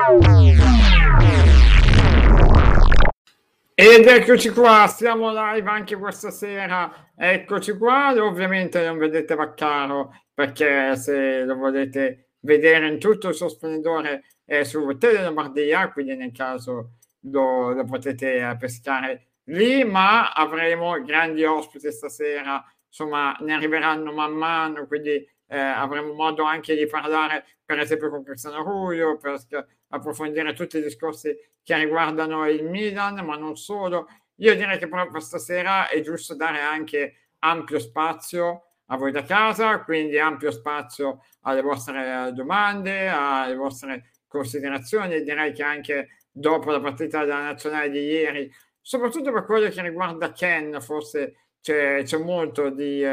Ed eccoci qua, siamo live anche questa sera, eccoci qua, ovviamente non vedete Vaccaro perché se lo volete vedere in tutto il suo splendore è su Tele Lombardia, quindi nel caso lo potete pescare lì, ma avremo grandi ospiti stasera, insomma ne arriveranno man mano, quindi avremo modo anche di parlare per esempio con Cristiano Rullo, per approfondire tutti i discorsi che riguardano il Milan, ma non solo. Io direi che proprio stasera è giusto dare anche ampio spazio a voi da casa, quindi ampio spazio alle vostre domande, alle vostre considerazioni. Direi che anche dopo la partita della nazionale di ieri, soprattutto per quello che riguarda Ken, forse c'è molto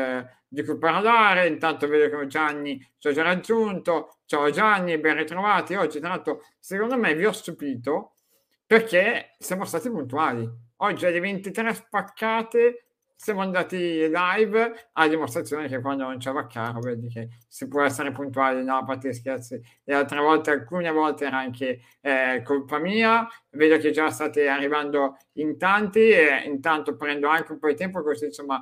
di cui parlare. Intanto vedo che Gianni ci ha già raggiunto. Ciao Gianni, ben ritrovati. Oggi, tra l'altro, secondo me vi ho stupito perché siamo stati puntuali. Oggi alle 23 spaccate siamo andati live a dimostrazione che quando non c'è Vaccaro vedi che si può essere puntuali, no, a parte gli scherzi. Le altre volte, alcune volte era anche colpa mia, vedo che già state arrivando in tanti e intanto prendo anche un po' di tempo così insomma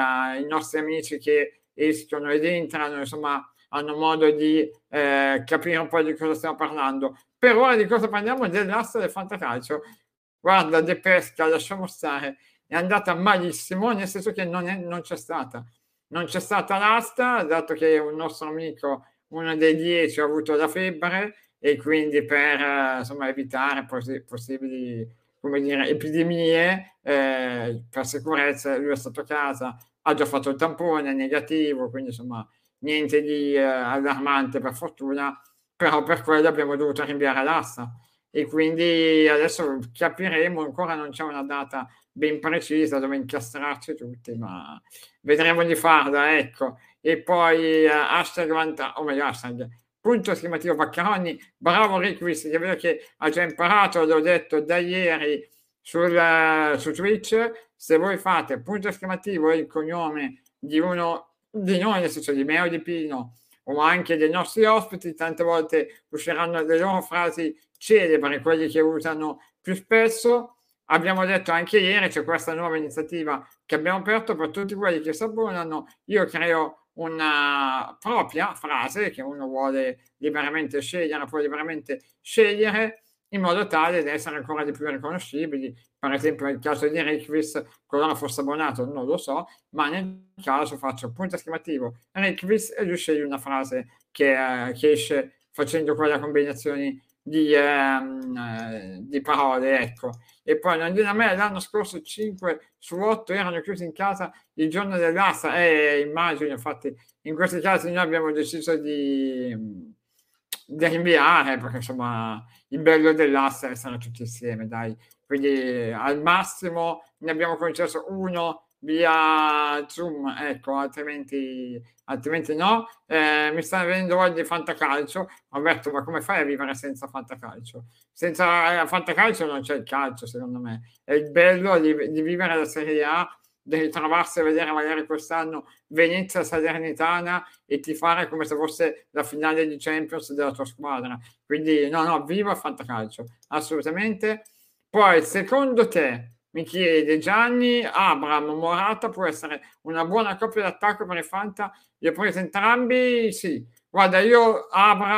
i nostri amici che escono ed entrano insomma hanno modo di capire un po' di cosa stiamo parlando. Per ora di cosa parliamo? Dell'asta del fantacalcio. Guarda, De Pesca, lasciamo stare, è andata malissimo, nel senso che non c'è stata. Non c'è stata l'asta, dato che un nostro amico, uno dei 10, ha avuto la febbre e quindi per insomma, evitare possibili come dire, epidemie, per sicurezza, lui è stato a casa, ha già fatto il tampone, è negativo, quindi insomma niente di allarmante per fortuna, però per quello abbiamo dovuto rinviare l'asta e quindi adesso capiremo, ancora non c'è una data ben precisa dove incastrarci tutti, ma vedremo di farla, ecco. E poi hashtag, o meglio hashtag, punto esclamativo Vaccaroni, bravo Riquis, che vedo che ha già imparato, l'ho detto da ieri su Twitch, se voi fate punto esclamativo e il cognome di uno di noi, nel senso di me o di Pino, o anche dei nostri ospiti, tante volte usciranno le loro frasi celebri, quelli che usano più spesso. Abbiamo detto anche ieri c'è questa nuova iniziativa che abbiamo aperto per tutti quelli che si abbonano. Io creo una propria frase che uno vuole liberamente scegliere, può liberamente scegliere in modo tale da essere ancora di più riconoscibili. Per esempio nel caso di Requis, qualora fosse abbonato non lo so, ma nel caso faccio punto esclamativo Requis e lui sceglie una frase che esce facendo quella combinazione di parole, ecco. E poi non dire a me, l'anno scorso 5 su 8 erano chiusi in casa il giorno dell'asta, immagino, infatti in questi casi noi abbiamo deciso di rinviare, perché insomma il bello dell'asta è essere tutti insieme, dai. Quindi al massimo ne abbiamo concesso uno via Zoom, ecco, altrimenti no. Mi sta venendo voglia di fantacalcio. Roberto, ma come fai a vivere senza fantacalcio? Senza fantacalcio non c'è il calcio, secondo me. È il bello di vivere la Serie A, di ritrovarsi a vedere magari quest'anno Venezia Salernitana e tifare come se fosse la finale di Champions della tua squadra. Quindi no, viva il fantacalcio, assolutamente. Poi, secondo te, mi chiede Gianni, Abram, Morata può essere una buona coppia d'attacco per il Fanta? Li ho presi entrambi? Sì. Guarda, io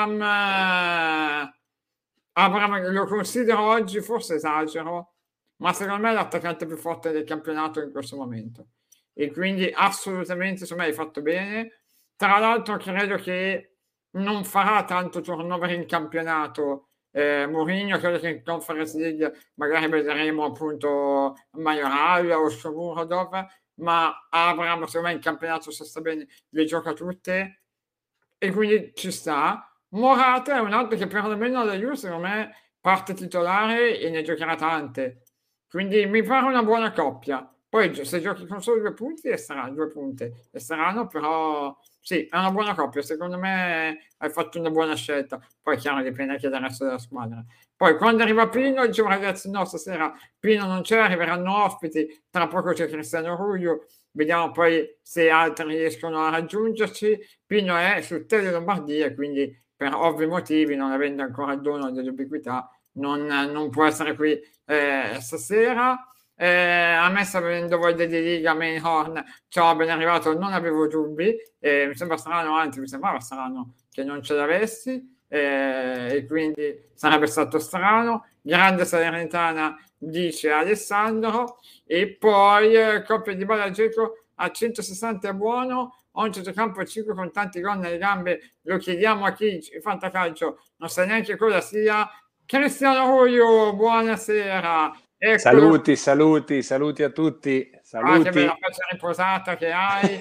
Abram lo considero oggi, forse esagero, ma secondo me è l'attaccante più forte del campionato in questo momento. E quindi assolutamente, secondo me hai fatto bene. Tra l'altro credo che non farà tanto turnover in campionato Mourinho, credo che in Conference League magari vedremo appunto Majoral o Shomurodov, ma Abraham secondo me in campionato se sta bene le gioca tutte e quindi ci sta. Morata è un altro che perlomeno alla Juve secondo me parte titolare e ne giocherà tante, quindi mi pare una buona coppia. Poi se giochi con solo 2 punti saranno 2 punti e saranno però sì, è una buona coppia, secondo me hai fatto una buona scelta, poi è chiaro dipende anche dal resto della squadra. Poi quando arriva Pino dicevo ragazzi no stasera Pino non c'è, arriveranno ospiti, tra poco c'è Cristiano Rullo, vediamo poi se altri riescono a raggiungerci. Pino è su Tele Lombardia, quindi per ovvi motivi, non avendo ancora il dono dell'ubiquità, non può essere qui stasera. A me sta venendo voglia di Liga, Mainhorn, ciao, ben arrivato, non avevo dubbi, mi sembra strano, anzi mi sembrava strano che non ce l'avessi, e quindi sarebbe stato strano. Grande Salernitana, dice Alessandro. E poi coppia di Bala Geco a 160 è buono, ogni centrocampo 5 con tanti gol nelle gambe, lo chiediamo a chi fantacalcio non sa neanche cosa sia. Cristiano Ruio, buonasera. Eccolo. Saluti a tutti. Ah, che Saluti. bella faccia riposata che hai.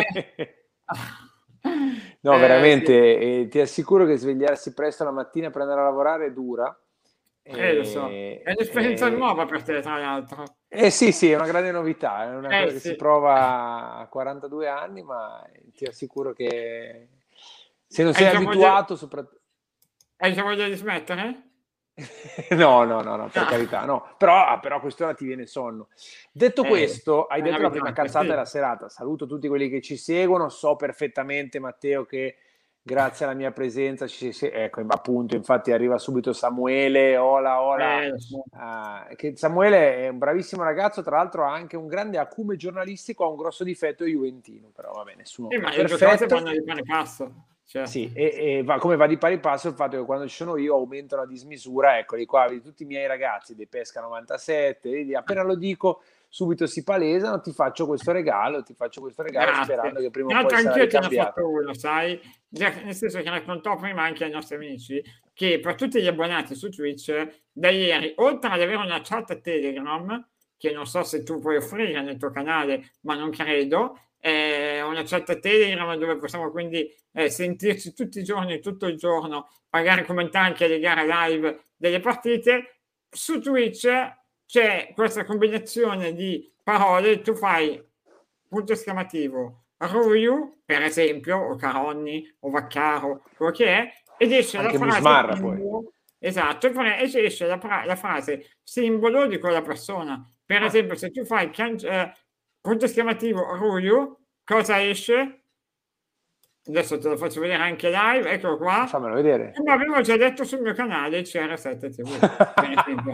No, veramente, Sì. ti assicuro che svegliarsi presto la mattina per andare a lavorare è dura. Lo so. È un'esperienza nuova per te, tra l'altro. Sì, è una grande novità, è una cosa che Sì. si prova a 42 anni, ma ti assicuro che se non sei abituato, soprattutto... Hai già voglia di smettere? No, per carità, no. Però a quest'ora ti viene sonno. Detto questo, hai detto la prima cazzata della serata. Saluto tutti quelli che ci seguono. So perfettamente, Matteo, che grazie alla mia presenza ecco, appunto, infatti arriva subito Samuele, ola. Che Samuele è un bravissimo ragazzo, tra l'altro ha anche un grande acume giornalistico, ha un grosso difetto juventino, però va bene, nessuno ma perfetto. le giocate vanno di pari passo. Certo. Sì, e come va di pari passo il fatto che quando ci sono io aumentano a dismisura, eccoli qua, vedi tutti i miei ragazzi dei Pesca 97, vedi, appena lo dico subito si palesano, ti faccio questo regalo Grazie. sperando che prima o poi sarà Anch'io te ne ho ricambiato. fatto uno, sai, nel senso che raccontò prima anche ai nostri amici che per tutti gli abbonati su Twitch da ieri, oltre ad avere una chat Telegram, che non so se tu puoi offrire nel tuo canale, ma non credo, una chat Telegram dove possiamo quindi sentirci tutti i giorni, tutto il giorno, magari commentare anche le gare live delle partite. Su Twitch c'è questa combinazione di parole, tu fai punto esclamativo Ruiu, per esempio, o Caronni, o Vaccaro, quello che è, ed esce anche la frase Musmarra, simbolo, poi. esatto, e esce la frase simbolo di quella persona. Per esempio, se tu fai punto esclamativo Ruiu, cosa esce? Adesso te lo faccio vedere anche live, eccolo qua. Fammelo vedere. Come avevo già detto sul mio canale CR7 TV. Per esempio.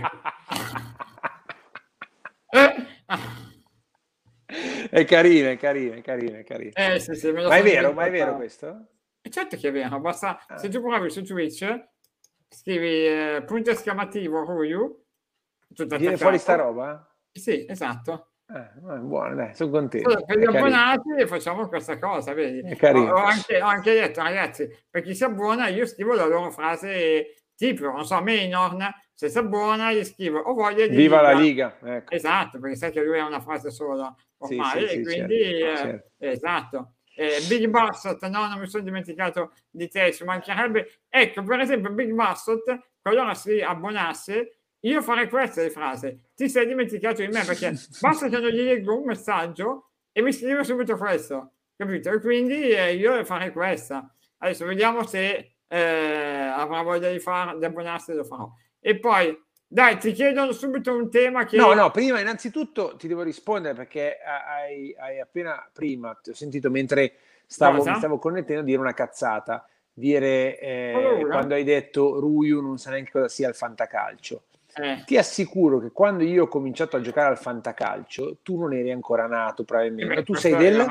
È carina. Sì, me lo Ma è sono vero inventata. questo? Certo che è vero, basta, se tu provi su Twitch, scrivi punto esclamativo Ruiu, Viene fuori sta roba? Sì, esatto. Buono, dai, sono contento. Per gli abbonati facciamo questa cosa, vedi? È carino. Ho anche detto, ragazzi, per chi si abbona io scrivo la loro frase tipo, non so, Mainorn, se si abbona gli scrivo ho voglia di Viva Liga. la Liga, ecco. Esatto, perché sai che lui ha una frase sola ormai, Sì, e quindi certo. esatto. Big Bassot, no, non mi sono dimenticato di te, ci mancherebbe. Ecco, per esempio, Big Bassot, qualora si abbonasse, io farei questa frase. Ti sei dimenticato di me, perché basta che non gli leggo un messaggio e mi scrive subito questo, capito? E quindi io farei questa. Adesso vediamo se avrà voglia di abbonarsi, lo farò. E poi, dai, ti chiedono subito un tema che... No, prima innanzitutto ti devo rispondere perché hai appena prima, ti ho sentito mentre mi stavo connettendo, dire una cazzata, dire quando hai detto Ruiu non sa neanche cosa sia il fantacalcio. Ti assicuro che quando io ho cominciato a giocare al fantacalcio, tu non eri ancora nato probabilmente, tu sei del...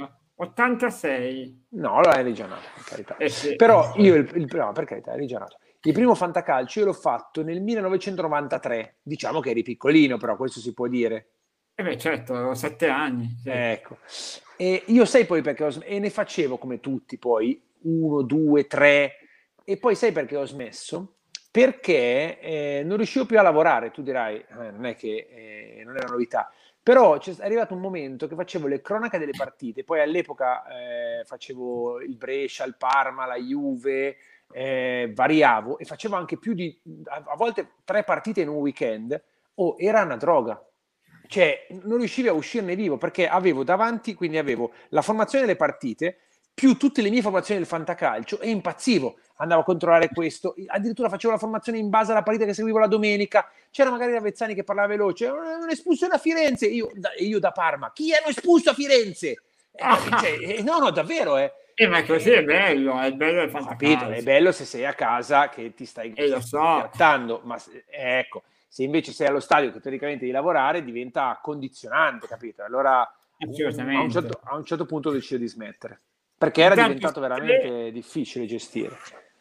86. No, allora eri già nato, per carità. Sì. Però io, no, per carità, eri già nato. Il primo fantacalcio io l'ho fatto nel 1993, diciamo che eri piccolino, però questo si può dire. Certo, avevo 7 anni. Sì. Ecco. E io sai poi perché e ne facevo come tutti poi, 1, 2, 3, e poi sai perché ho smesso? Perché non riuscivo più a lavorare, tu dirai, non è che non è una novità, però è arrivato un momento che facevo le cronache delle partite, poi all'epoca facevo il Brescia, il Parma, la Juve, variavo e facevo anche più di, a volte 3 partite in un weekend, era una droga. Cioè, non riuscivi a uscirne vivo perché avevo davanti, quindi avevo la formazione delle partite più tutte le mie formazioni del fantacalcio e impazzivo, andavo a controllare questo, addirittura facevo la formazione in base alla partita che seguivo la domenica, c'era magari Ravezzani che parlava veloce, un'espulsione a Firenze, io da Parma, chi hanno espulso a Firenze? No, davvero, ma così è bello e ho capito, è fantacalcio. bello se sei a casa che ti stai Lo so. grattando, ma ecco, se invece sei allo stadio che teoricamente devi lavorare, diventa condizionante, capito? Allora Assolutamente. a un certo punto decido di smettere, perché era Intanto diventato veramente difficile gestire.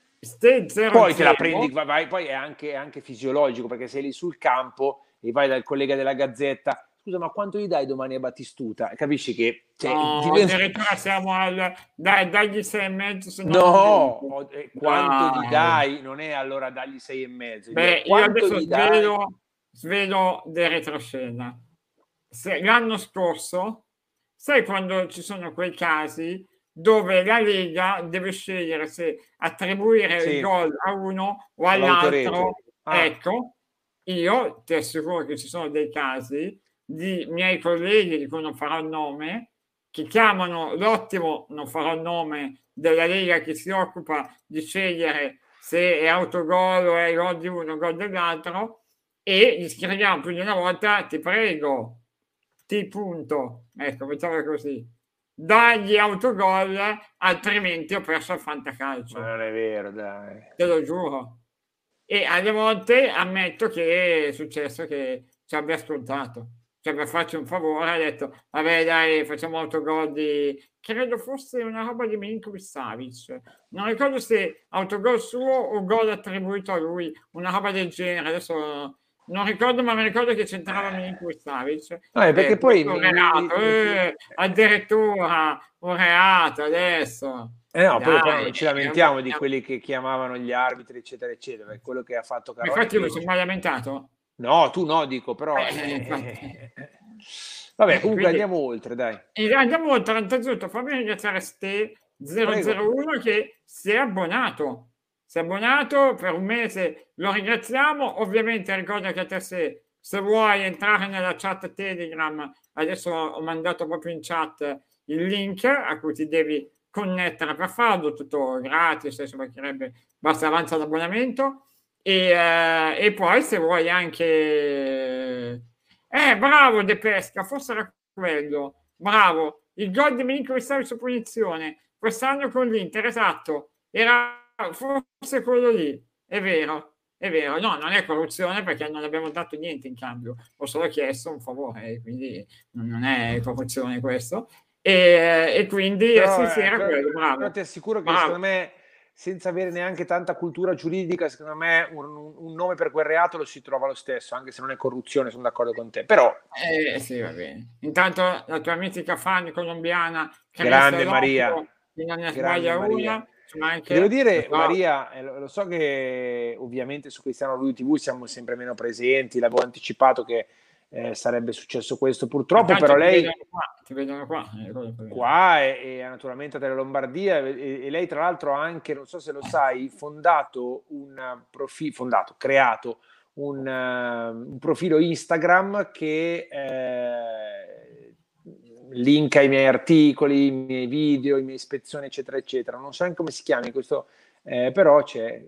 Ste Poi te la 0-0, prendi, vai, poi è anche fisiologico, perché sei lì sul campo e vai dal collega della Gazzetta, scusa, ma quanto gli dai domani a Battistuta? Capisci che no, diventa... addirittura siamo dagli 6,5, se no non No, vinco. quanto gli Dai. dai? Non è allora dagli 6,5, Beh, io quanto adesso gli dai? svelo del retroscena. L'anno scorso, sai quando ci sono quei casi dove la Lega deve scegliere se attribuire il Sì, gol a uno o con l'autorete. all'altro? Ah, Ecco, io ti assicuro che ci sono dei casi di miei colleghi, di cui non farò il nome, che chiamano l'ottimo, non farò il nome, della Lega che si occupa di scegliere se è autogol o è gol di uno o gol dell'altro, e gli scriviamo più di una volta, ti prego, ti punto, ecco, mettiamola così, dagli autogol, altrimenti ho perso il ma fantacalcio, non è vero, dai. te lo giuro. E alle volte ammetto che è successo che ci abbia ascoltato, cioè per farci un favore ha detto, vabbè dai, facciamo autogol di... Credo fosse una roba di Milinkovic Savic, non ricordo se autogol suo o gol attribuito a lui, una roba del genere, adesso non ricordo, ma mi ricordo che c'entrava Milinkovic Savic. No, perché poi Questo è un reato, mi- addirittura un reato adesso. no, però Dai, non ci lamentiamo di quelli che chiamavano gli arbitri, eccetera, eccetera. È quello che ha fatto Caroni infatti io mi sono peggio. mai lamentato. No, tu no, dico, però... Infatti. Vabbè, comunque Quindi andiamo oltre, dai. andiamo oltre, innanzitutto fammi ringraziare Ste Prego. 001 che si è abbonato. Si è abbonato per un mese, lo ringraziamo. Ovviamente ricorda che a te se vuoi entrare nella chat Telegram, adesso ho mandato proprio in chat il link a cui ti devi connettere per farlo, tutto gratis, ci mancherebbe, basta avanza l'abbonamento. E poi se vuoi anche... bravo De Pesca, forse era quello. Bravo. Il gol di Milinkovic su punizione. Quest'anno con l'Inter, esatto. Era forse quello lì. È vero. È vero. No, non è corruzione perché non abbiamo dato niente in cambio. Ho solo chiesto un favore, quindi non è corruzione questo. E quindi sì, sì, era quello. Però Bravo. ti assicuro che secondo Bravo. me, senza avere neanche tanta cultura giuridica, secondo me un nome per quel reato lo si trova lo stesso, anche se non è corruzione, sono d'accordo con te. Però, Sì, va bene. Intanto la tua mitica fan colombiana, Chris grande Maria, Loco, che non ne grande sbaglia Maria. una, ma Ti devo anche... dire, Maria, lo so che ovviamente su Cristiano Lui TV siamo sempre meno presenti, l'avevo anticipato che sarebbe successo questo, Ma purtroppo tanto però lei ti vedono qua. qua e naturalmente a Tele Lombardia e lei tra l'altro ha anche, non so se lo sai, fondato un profilo, creato un profilo Instagram che linka i miei articoli, i miei video, i miei ispezioni, eccetera, eccetera. Non so neanche come si chiami questo, però c'è.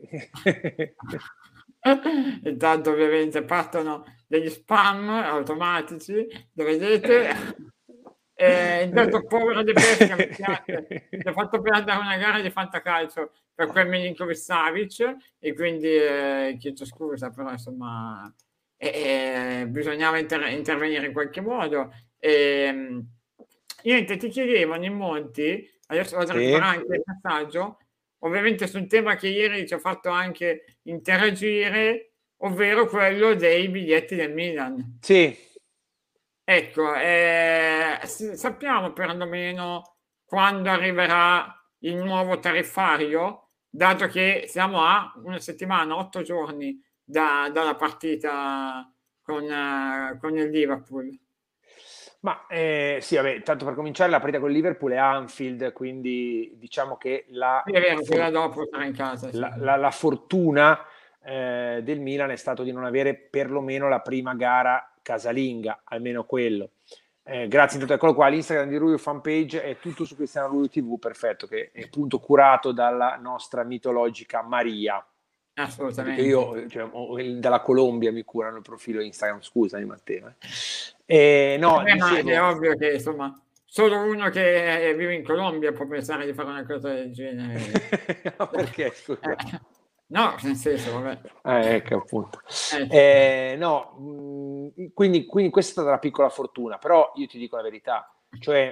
Intanto ovviamente partono degli spam automatici, lo vedete? Intanto povero De Pesca, mi piace, ti ho fatto perdere una gara di fantacalcio per quel Milinkovic Savic e quindi chiedo scusa, però insomma bisognava intervenire in qualche modo. Niente, ti chiedevano in molti, adesso vado a Sì, recuperare anche il messaggio, ovviamente sul tema che ieri ci ha fatto anche interagire, ovvero quello dei biglietti del Milan. sì. Ecco, sappiamo perlomeno quando arriverà il nuovo tariffario, dato che siamo a una settimana, 8 giorni dalla partita con il Liverpool. Ma sì, vabbè, tanto per cominciare la partita con il Liverpool è Anfield, quindi diciamo che Sì, è vero, quella dopo sarà in casa. Sì, sì. la fortuna del Milan è stato di non avere perlomeno la prima gara casalinga, almeno quello. Grazie intanto, eccolo qua, l'Instagram di Ruio fanpage è tutto su Cristiano Ruio TV, perfetto, che è appunto curato dalla nostra mitologica Maria. Perché Assolutamente. io, cioè, dalla Colombia mi curano il profilo Instagram, scusami Matteo. No, Ma è dicevo, ovvio che insomma Solo uno che vive in Colombia può pensare di fare una cosa del genere. Perché, scusa? No, nel senso, vabbè. Ecco, appunto. Eh. No, quindi questa è stata una piccola fortuna, però io ti dico la verità, cioè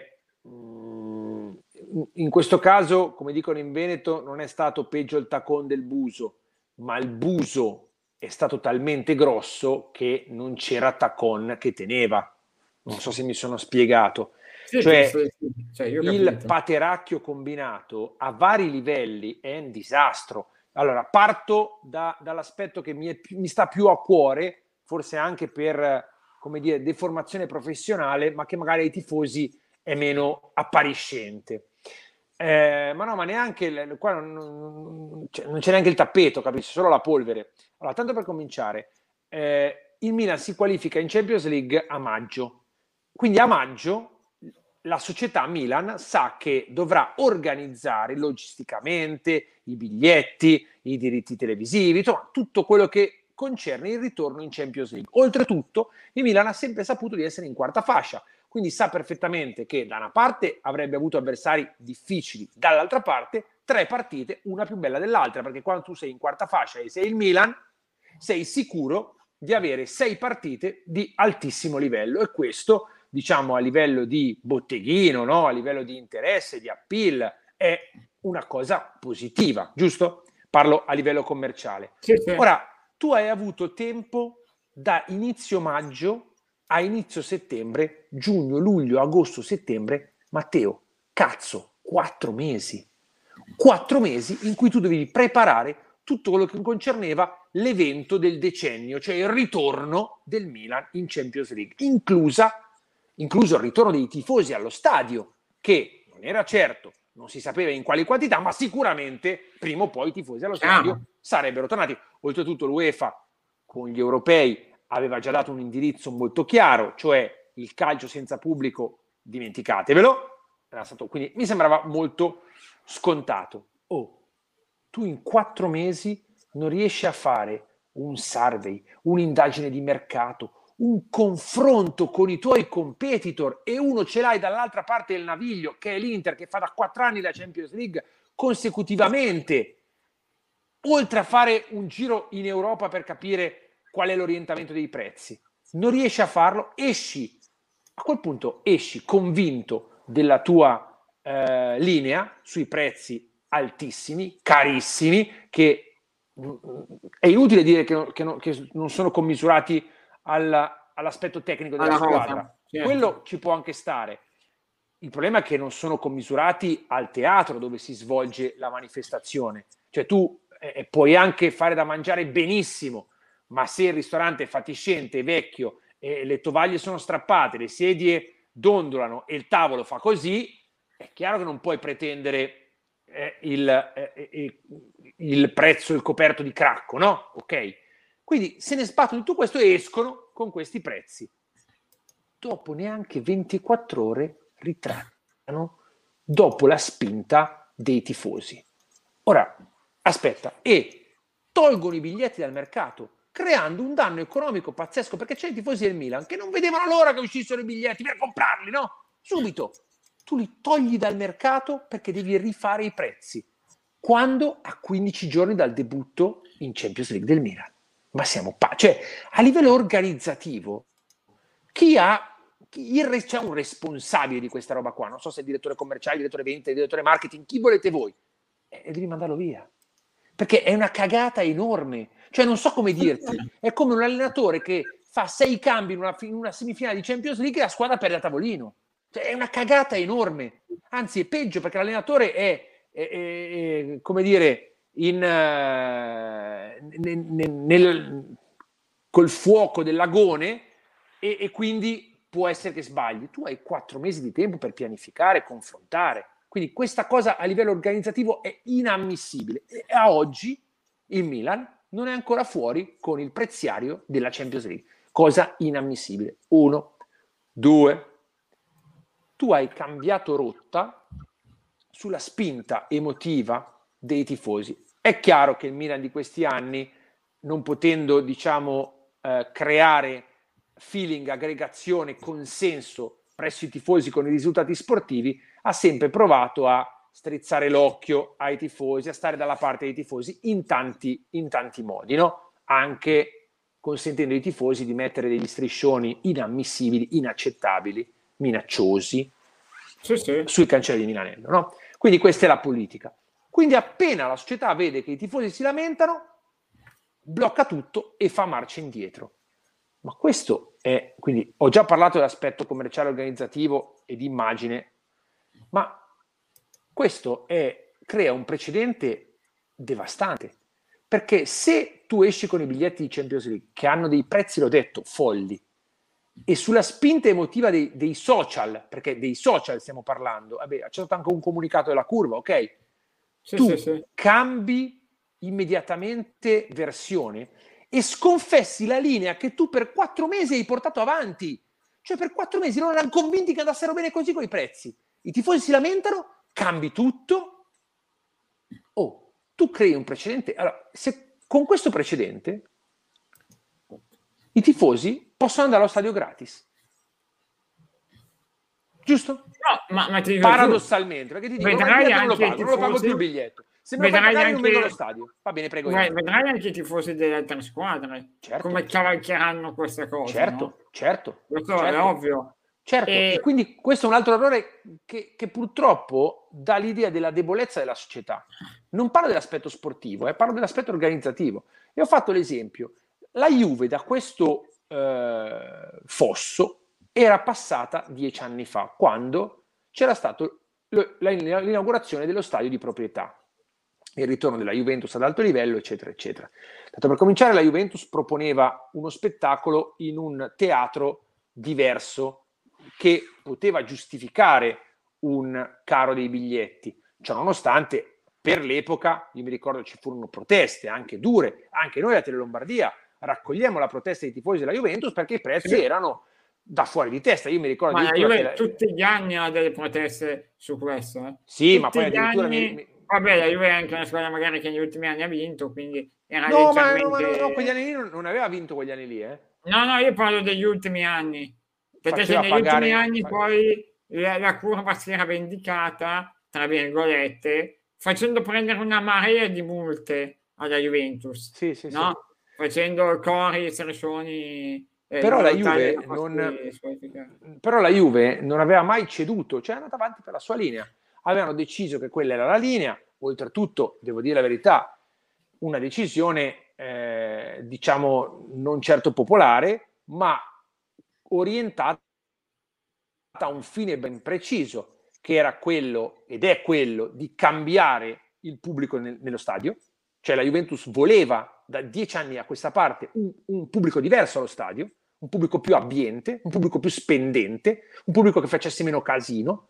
in questo caso, come dicono in Veneto, non è stato peggio il tacon del buso, ma il buso è stato talmente grosso che non c'era tacon che teneva. Non so se mi sono spiegato. Sì, Cioè, sì. Cioè, io ho il capito. pateracchio combinato a vari livelli è un disastro. Allora, parto dall'aspetto che mi sta più a cuore, forse anche per, come dire, deformazione professionale, ma che magari ai tifosi è meno appariscente. Ma no, ma neanche qua non c'è neanche il tappeto, capisci? Solo la polvere. Allora, tanto per cominciare, il Milan si qualifica in Champions League a maggio. Quindi a maggio la società Milan sa che dovrà organizzare logisticamente i biglietti, i diritti televisivi, insomma tutto quello che concerne il ritorno in Champions League. Oltretutto, il Milan ha sempre saputo di essere in quarta fascia, quindi sa perfettamente che da una parte avrebbe avuto avversari difficili, dall'altra parte 3 partite, una più bella dell'altra, perché quando tu sei in quarta fascia e sei il Milan, sei sicuro di avere 6 partite di altissimo livello, e questo, diciamo, a livello di botteghino, no? A livello di interesse, di appeal, è una cosa positiva, giusto? Parlo a livello commerciale. Sì, sì. Ora, tu hai avuto tempo da inizio maggio a inizio settembre, giugno, luglio, agosto, settembre, Matteo, cazzo, 4 mesi. 4 mesi in cui tu dovevi preparare tutto quello che concerneva l'evento del decennio, cioè il ritorno del Milan in Champions League, incluso il ritorno dei tifosi allo stadio, che non era certo, non si sapeva in quali quantità, ma sicuramente prima o poi i tifosi allo stadio sarebbero tornati. Oltretutto l'UEFA con gli europei aveva già dato un indirizzo molto chiaro, cioè il calcio senza pubblico dimenticatevelo, quindi mi sembrava molto scontato. Tu in 4 mesi non riesci a fare un survey, un'indagine di mercato, un confronto con i tuoi competitor, e uno ce l'hai dall'altra parte del naviglio, che è l'Inter, che fa da 4 anni la Champions League consecutivamente, oltre a fare un giro in Europa per capire qual è l'orientamento dei prezzi. Non riesci a farlo, a quel punto esci convinto della tua linea sui prezzi altissimi, carissimi, che è inutile dire che non sono commisurati all'aspetto tecnico della squadra. Certo. Quello ci può anche stare. Il problema è che non sono commisurati al teatro dove si svolge la manifestazione. Cioè tu puoi anche fare da mangiare benissimo, ma se il ristorante è fatiscente, è vecchio, le tovaglie sono strappate, le sedie dondolano e il tavolo fa così, è chiaro che non puoi pretendere il prezzo, il coperto di cracco, no? Ok? Quindi se ne sbattono tutto questo e escono con questi prezzi. Dopo neanche 24 ore ritrattano dopo la spinta dei tifosi. Ora, aspetta, e tolgono i biglietti dal mercato, creando un danno economico pazzesco, perché c'è i tifosi del Milan che non vedevano l'ora che uscissero i biglietti per comprarli, no? Subito. Tu li togli dal mercato perché devi rifare i prezzi. Quando? A 15 giorni dal debutto in Champions League del Milan. Ma siamo cioè, a livello organizzativo, c'è un responsabile di questa roba qua, non so se è il direttore commerciale, il direttore vendita, il direttore marketing, chi volete voi, e devi mandarlo via, perché è una cagata enorme. Cioè non so come dirti, è come un allenatore che fa 6 cambi in una semifinale di Champions League e la squadra perde a tavolino. Cioè, è una cagata enorme, anzi è peggio, perché l'allenatore è come dire, col fuoco dell'agone, e quindi può essere che sbagli. Tu hai 4 mesi di tempo per pianificare, confrontare. Quindi questa cosa a livello organizzativo è inammissibile. E a oggi il Milan non è ancora fuori con il preziario della Champions League. Cosa inammissibile. 1, 2. Tu hai cambiato rotta sulla spinta emotiva dei tifosi. È chiaro che il Milan di questi anni, non potendo, diciamo, creare feeling, aggregazione, consenso presso i tifosi con i risultati sportivi, ha sempre provato a strizzare l'occhio ai tifosi, a stare dalla parte dei tifosi in tanti modi, no? Anche consentendo ai tifosi di mettere degli striscioni inammissibili, inaccettabili, minacciosi sui cancelli di Milanello, no? Quindi questa è la politica. Quindi appena la società vede che i tifosi si lamentano, blocca tutto e fa marcia indietro. Ma questo è, quindi ho già parlato dell'aspetto commerciale, organizzativo e di immagine, ma questo crea un precedente devastante, perché se tu esci con i biglietti di Champions League che hanno dei prezzi, l'ho detto, folli, e sulla spinta emotiva dei social, perché dei social stiamo parlando, c'è stato anche un comunicato della curva, ok? Tu cambi immediatamente versione e sconfessi la linea che tu per 4 mesi hai portato avanti. Cioè per 4 mesi non erano convinti che andassero bene così con i prezzi. I tifosi si lamentano, cambi tutto. Oh, tu crei un precedente. Allora, se con questo precedente i tifosi possono andare allo stadio gratis. Giusto? No, ma ti dico paradossalmente, perché ti dico, ma il biglietto non lo pago più il biglietto. Se me lo fai pagare non vengo allo stadio. Va bene, prego. Vedrai anche i tifosi delle altre squadre, come cavalcheranno queste cose. Certo. Questo è ovvio. Certo, e quindi questo è un altro errore che purtroppo dà l'idea della debolezza della società. Non parlo dell'aspetto sportivo, parlo dell'aspetto organizzativo. E ho fatto l'esempio. La Juve da questo fosso era passata 10 anni fa, quando c'era stata l'inaugurazione dello stadio di proprietà, il ritorno della Juventus ad alto livello, eccetera, eccetera. Tanto per cominciare, la Juventus proponeva uno spettacolo in un teatro diverso che poteva giustificare un caro dei biglietti. Ciò nonostante, per l'epoca, io mi ricordo ci furono proteste anche dure, anche noi a Tele Lombardia raccogliamo la protesta dei tifosi della Juventus perché i prezzi erano da fuori di testa. Io mi ricordo ma la Juve tutti gli anni ha delle proteste su questo. Sì, tutti ma poi addirittura vabbè, la Juve è anche una squadra magari che negli ultimi anni ha vinto, quindi era no, ma quegli anni lì non aveva vinto quegli anni lì, No, io parlo degli ultimi anni, perché se negli ultimi anni poi la curva si era vendicata, tra virgolette, facendo prendere una marea di multe alla Juventus, sì. Facendo cori, striscioni. Però la Juve non aveva mai ceduto, cioè è andata avanti per la sua linea. Avevano deciso che quella era la linea, oltretutto, devo dire la verità, una decisione diciamo non certo popolare, ma orientata a un fine ben preciso, che era quello, ed è quello, di cambiare il pubblico nello stadio. Cioè la Juventus voleva da 10 anni a questa parte un pubblico diverso allo stadio, un pubblico più abbiente, un pubblico più spendente, un pubblico che facesse meno casino,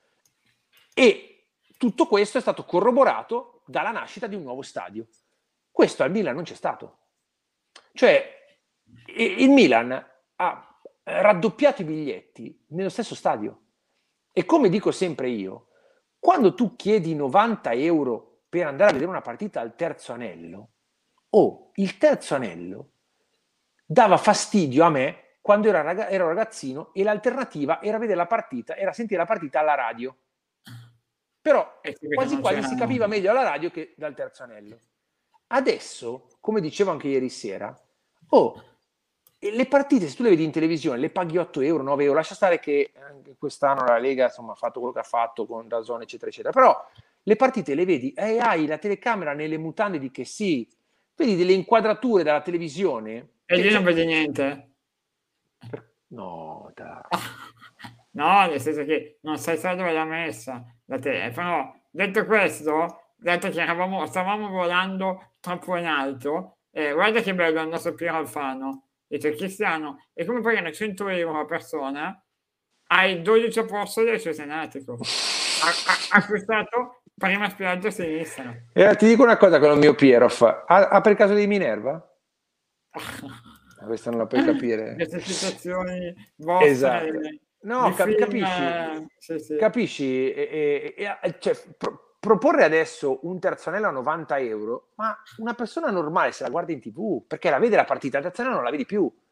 e tutto questo è stato corroborato dalla nascita di un nuovo stadio. Questo al Milan non c'è stato. Cioè il Milan ha raddoppiato i biglietti nello stesso stadio. E come dico sempre io, quando tu chiedi 90 euro per andare a vedere una partita al terzo anello, il terzo anello dava fastidio a me quando ero ragazzino e l'alternativa era vedere la partita, era sentire la partita alla radio. Però quasi quasi si capiva meglio alla radio che dal terzo anello. Adesso, come dicevo anche ieri sera, le partite, se tu le vedi in televisione, le paghi 8 euro, 9 euro, lascia stare che anche quest'anno la Lega insomma, ha fatto quello che ha fatto con DAZN, eccetera, eccetera, però le partite le vedi e hai la telecamera nelle mutande di che sì, vedi delle inquadrature dalla televisione. E lì non vedi niente? No, dai. No, nel senso che non sai dove l'ha messa la telefono. Detto questo, detto che stavamo volando troppo in alto, guarda che bello il nostro Piero Alfano, dice Cristiano, e come pagare 100 euro a persona, hai 12 apostoli del suo senatico. Acquistato prima spiaggia a sinistra. Ti dico una cosa con il mio Piero, ha per caso dei Minerva? Questa non la puoi capire. Queste situazioni vostre. Esatto. No, capisci? Cioè, proporre adesso un terzo anello a 90 euro, ma una persona normale se la guarda in TV, perché la vede la partita, il terzo anello non la vedi più.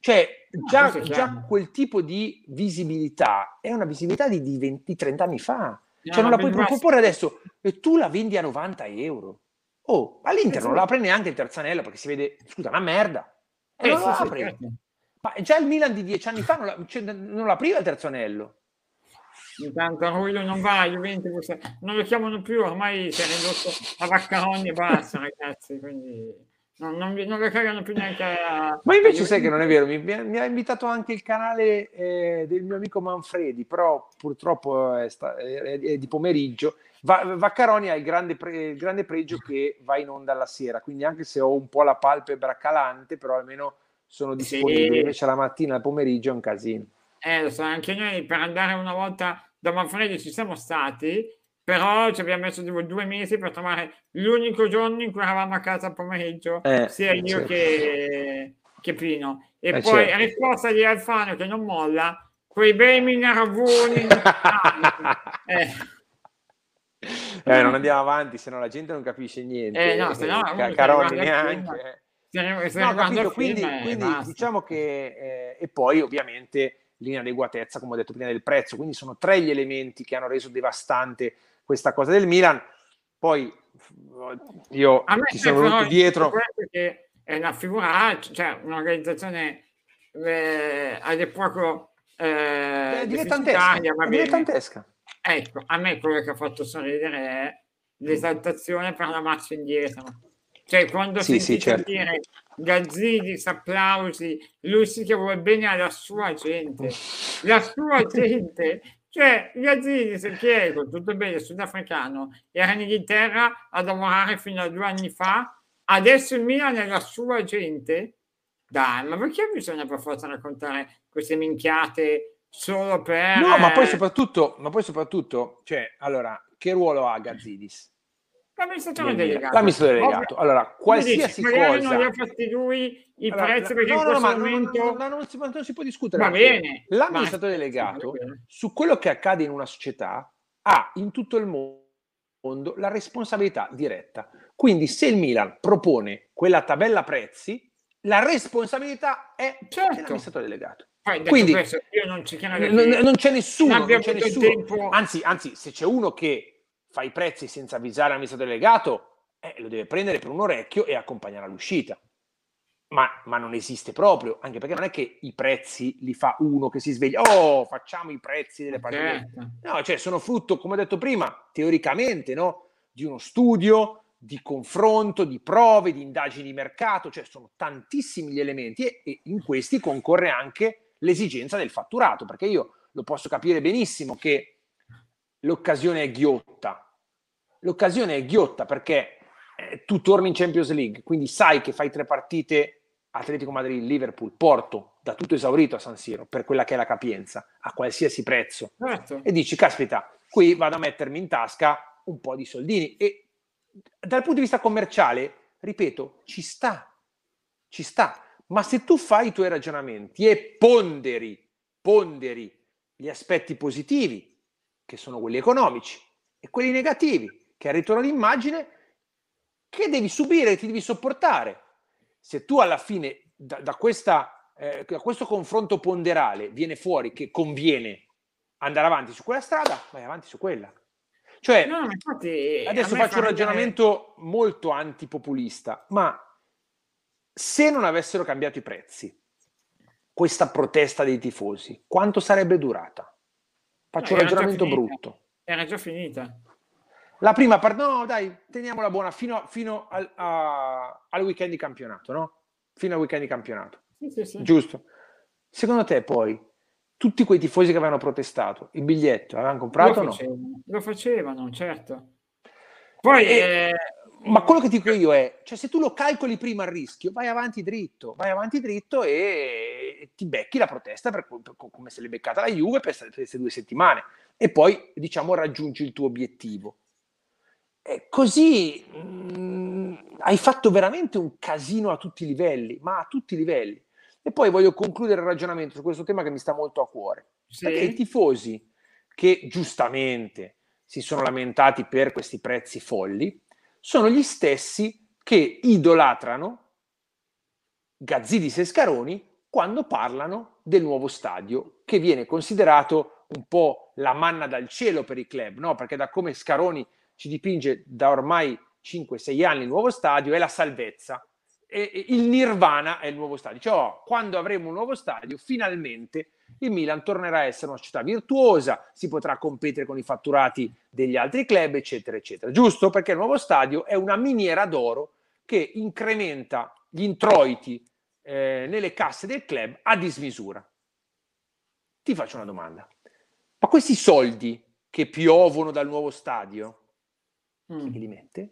Cioè, questo è già chiaro. quel tipo di visibilità è una visibilità di 20-30 anni fa. No, Cioè, non ma la puoi Ben proporre adesso e tu la vendi a 90 euro. Oh, all'Inter sì, non la apre neanche il terzo anello perché si vede, scusa, una merda. E non lo sì, sì, apri. certo. Ma già il Milan di 10 anni fa non l'apriva il terzo anello. Intanto Rullo non va, Juventus non lo chiamano più, ormai si è ridotto a Vaccaroni e basta, ragazzi, quindi non lo cagano più neanche Ma a invece sai che non è Juventus. vero, mi ha invitato anche il canale del mio amico Manfredi, però purtroppo è di pomeriggio. Vaccaroni ha il grande pregio che va in onda alla sera, quindi anche se ho un po' la palpebra calante, però almeno sono Sì, disponibile. Invece la mattina, al pomeriggio è un casino. lo so, anche noi per andare una volta da Manfredi ci siamo stati, però ci abbiamo messo tipo 2 mesi per trovare l'unico giorno in cui eravamo a casa a pomeriggio, sia io Certo. che Pino. E poi a Certo. risposta di Alfano che non molla, quei bei minaravoni non stanno. Non andiamo avanti, se no la gente non capisce No, se no niente, uno si Caroni riguarda il film, neanche. si No, ho riguarda il capito, film e quindi basta. diciamo che, e poi ovviamente l'inadeguatezza, come ho detto prima, del prezzo, quindi sono tre gli elementi che hanno reso devastante questa cosa del Milan. Poi A io me ti sono però venuto in tutto dietro. questo che è una figuraccia, cioè un'organizzazione a dir poco È dilettantesca, deficitaria, va è bene. dilettantesca. Ecco, a me quello che ha fatto sorridere è l'esaltazione per la marcia indietro. Cioè, quando ho Sì, sì, sentito certo. dire Gazzidis, applausi, lui sì che vuole bene alla sua gente. La sua gente, cioè Gazzidis, che è con tutto bene, sudafricano, era in Inghilterra a lavorare fino a 2 anni fa, adesso il Milan è la sua gente. Dai, ma perché bisogna per forza raccontare queste minchiate solo per... No, ma poi soprattutto, cioè, allora, che ruolo ha Gazzidis L'amministratore nel Milan? delegato, L'amministratore ovvio. delegato. Allora, Tu mi dici, qualsiasi magari non li cosa. ha fatti lui i Allora, prezzi perché in no, no, no, questo ma momento non si non si può discutere va perché bene, ma l'amministratore aspetta, va delegato bene. su quello che accade in una società ha in tutto il mondo la responsabilità diretta. Quindi se il Milan propone quella tabella prezzi, la responsabilità è Certo, dell'amministratore delegato. poi detto Quindi questo, io non ci credo che non c'è non nessuno, abbia non c'è avuto il nessuno. tempo. Anzi, se c'è uno che fa i prezzi senza avvisare l'amministratore delegato, lo deve prendere per un orecchio e accompagnare all'uscita. Ma non esiste proprio, anche perché non è che i prezzi li fa uno che si sveglia, oh, facciamo i prezzi delle partite. Certo. No, cioè sono frutto, come ho detto prima, teoricamente, no? Di uno studio, di confronto, di prove, di indagini di mercato, cioè sono tantissimi gli elementi e in questi concorre anche l'esigenza del fatturato, perché io lo posso capire benissimo che l'occasione è ghiotta. L'occasione è ghiotta perché tu torni in Champions League, quindi sai che fai 3 partite Atletico Madrid, Liverpool, Porto, da tutto esaurito a San Siro, per quella che è la capienza, a qualsiasi prezzo. Certo. E dici, caspita, qui vado a mettermi in tasca un po' di soldini. E dal punto di vista commerciale, ripeto, ci sta. Ma se tu fai i tuoi ragionamenti e ponderi gli aspetti positivi, che sono quelli economici, e quelli negativi, che è il ritorno d'immagine, che devi subire, ti devi sopportare. Se tu alla fine, da questo confronto ponderale, viene fuori che conviene andare avanti su quella strada, vai avanti su quella. Cioè, No, ma infatti a adesso me faccio fa un ridere. ragionamento molto antipopulista, ma se non avessero cambiato i prezzi, questa protesta dei tifosi, quanto sarebbe durata? No, Faccio un ragionamento brutto. era già finita. La prima parte, no, dai, teniamola buona fino al weekend di campionato, no? Fino al weekend di campionato. Sì, sì, sì. Giusto. Secondo te poi, tutti quei tifosi che avevano protestato, il biglietto l'avevano comprato o no? Lo facevano, certo. Poi, Ma quello che ti dico io è, cioè se tu lo calcoli prima il rischio, vai avanti dritto e ti becchi la protesta come se l'è beccata la Juve per queste 2 settimane e poi, diciamo, raggiungi il tuo obiettivo. E così hai fatto veramente un casino a tutti i livelli, ma a tutti i livelli. E poi voglio concludere il ragionamento su questo tema che mi sta molto a cuore, perché i sì, tifosi che giustamente si sono lamentati per questi prezzi folli sono gli stessi che idolatrano Gazzidis e Scaroni quando parlano del nuovo stadio, che viene considerato un po' la manna dal cielo per i club, no? Perché da come Scaroni ci dipinge da ormai 5-6 anni il nuovo stadio è la salvezza. E il nirvana è il nuovo stadio. Cioè, quando avremo un nuovo stadio, finalmente il Milan tornerà a essere una società virtuosa, si potrà competere con i fatturati degli altri club, eccetera, eccetera. Giusto? Perché il nuovo stadio è una miniera d'oro che incrementa gli introiti nelle casse del club a dismisura. Ti faccio una domanda. Ma questi soldi che piovono dal nuovo stadio, chi li mette?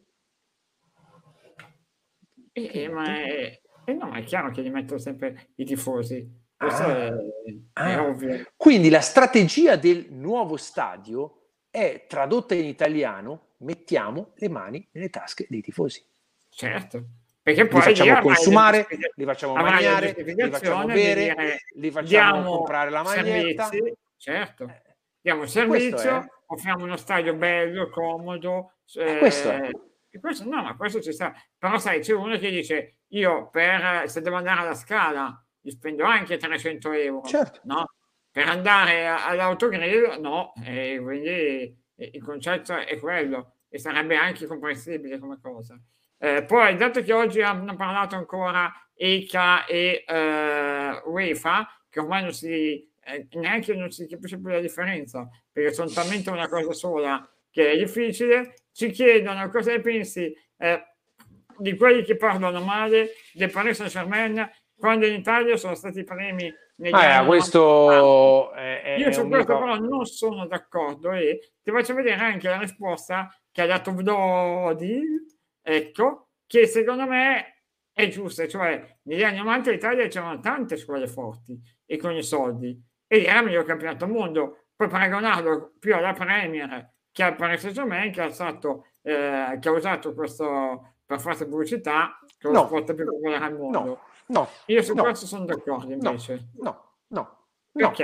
No, è chiaro che li mettono sempre i tifosi. Questo è ovvio. Quindi la strategia del nuovo stadio è tradotta in italiano: mettiamo le mani nelle tasche dei tifosi. Certo. Perché poi li facciamo consumare, li facciamo mangiare, li facciamo bere, li facciamo comprare la maglietta. Servizi, certo. Diamo servizio, offriamo uno stadio bello, comodo. Questo è. Questo ci sta. Però sai, c'è uno che dice, io se devo andare alla Scala, gli spendo anche 300 euro. Certo. No? Per andare all'autogrill, no. E quindi il concetto è quello. E sarebbe anche comprensibile come cosa. Poi, dato che oggi hanno parlato ancora ECA e UEFA, che ormai neanche non si capisce più la differenza, perché sono talmente una cosa sola che è difficile, ci chiedono cosa ne pensi di quelli che parlano male del Paris Saint-Germain quando in Italia sono stati premi negli anni questo io su questo però non sono d'accordo e ti faccio vedere anche la risposta che ha dato Vdodi, ecco, che secondo me è giusta, cioè negli anni 90 in Italia c'erano tante scuole forti e con i soldi ed era il miglior campionato al mondo, puoi paragonarlo più alla Premier che al Paris Saint-Germain che ha usato questo per fare pubblicità che è lo sport più popolare al mondo. Io su questo sono d'accordo invece. Perché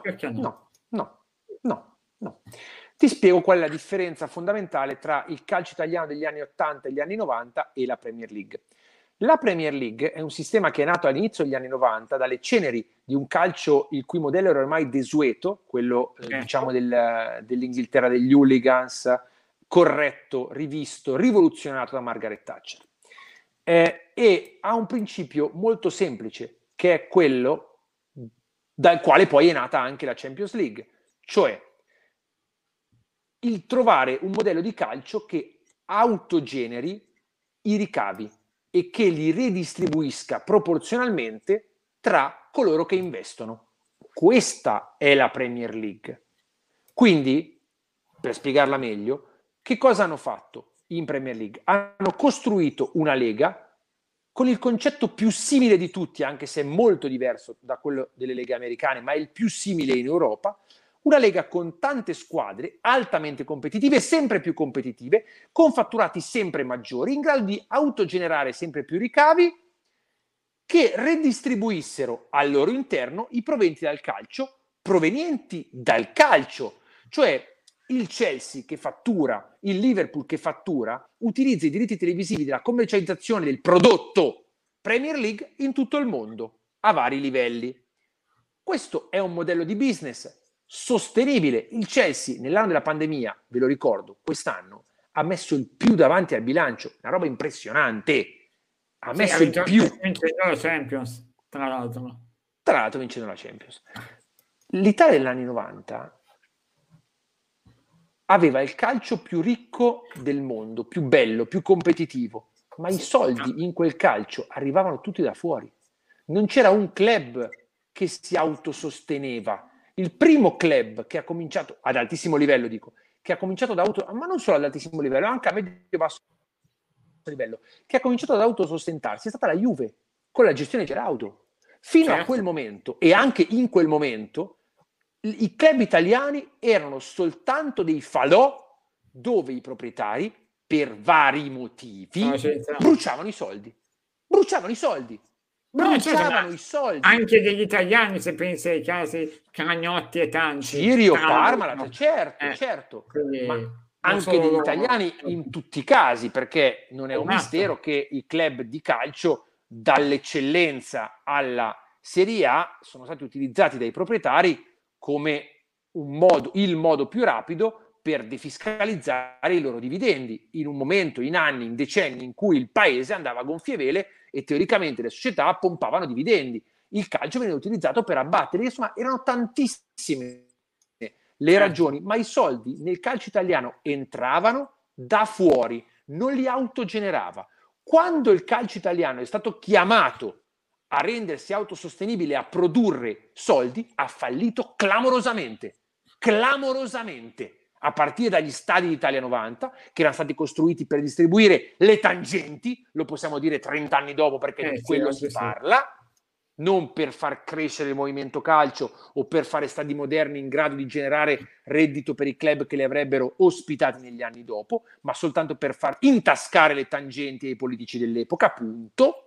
no. Ti spiego qual è la differenza fondamentale tra il calcio italiano degli anni 80 e gli anni 90 e la Premier League. La Premier League è un sistema che è nato all'inizio degli anni 90 dalle ceneri di un calcio il cui modello era ormai desueto, quello diciamo dell'Inghilterra degli hooligans, corretto, rivisto, rivoluzionato da Margaret Thatcher. E ha un principio molto semplice, che è quello dal quale poi è nata anche la Champions League, cioè il trovare un modello di calcio che autogeneri i ricavi e che li redistribuisca proporzionalmente tra coloro che investono. Questa è la Premier League. Quindi, per spiegarla meglio, che cosa hanno fatto in Premier League? Hanno costruito una lega con il concetto più simile di tutti, anche se è molto diverso da quello delle leghe americane, ma è il più simile in Europa, una lega con tante squadre altamente competitive, sempre più competitive, con fatturati sempre maggiori, in grado di autogenerare sempre più ricavi, che redistribuissero al loro interno i proventi dal calcio, provenienti dal calcio, cioè il Chelsea che fattura, il Liverpool che fattura, utilizza i diritti televisivi della commercializzazione del prodotto Premier League in tutto il mondo, a vari livelli. Questo è un modello di business sostenibile. Il Chelsea nell'anno della pandemia, ve lo ricordo, quest'anno ha messo il più davanti al bilancio, una roba impressionante. Ha messo il più. Vincendo la Champions, tra l'altro vincendo la Champions. L'Italia degli anni 90 aveva il calcio più ricco del mondo, più bello, più competitivo, ma i soldi in quel calcio arrivavano tutti da fuori. Non c'era un club che si autososteneva. Il primo club che ha cominciato, ad altissimo livello dico, che ha cominciato ma non solo ad altissimo livello, anche a medio-basso livello, che ha cominciato ad autosostentarsi è stata la Juve, con la gestione Geraudo. Fino a quel momento, e anche in quel momento, i club italiani erano soltanto dei falò dove i proprietari, per vari motivi, bruciavano i soldi. I soldi. Anche degli italiani, se pensi ai casi Cragnotti e tanti. Cirio, Parmalat, certo. Ma anche degli italiani in tutti i casi, perché non è un mistero che i club di calcio, dall'eccellenza alla Serie A sono stati utilizzati dai proprietari come il modo più rapido per defiscalizzare i loro dividendi in un momento, in anni, in decenni in cui il paese andava a gonfie vele e teoricamente le società pompavano dividendi. Il calcio veniva utilizzato per abbattere, insomma erano tantissime le ragioni, ma i soldi nel calcio italiano entravano da fuori, non li autogenerava. Quando il calcio italiano è stato chiamato a rendersi autosostenibile, a produrre soldi, ha fallito clamorosamente, a partire dagli stadi d'Italia 90, che erano stati costruiti per distribuire le tangenti, lo possiamo dire 30 anni dopo perché di quello si parla, non per far crescere il movimento calcio o per fare stadi moderni in grado di generare reddito per i club che li avrebbero ospitati negli anni dopo, ma soltanto per far intascare le tangenti ai politici dell'epoca, punto.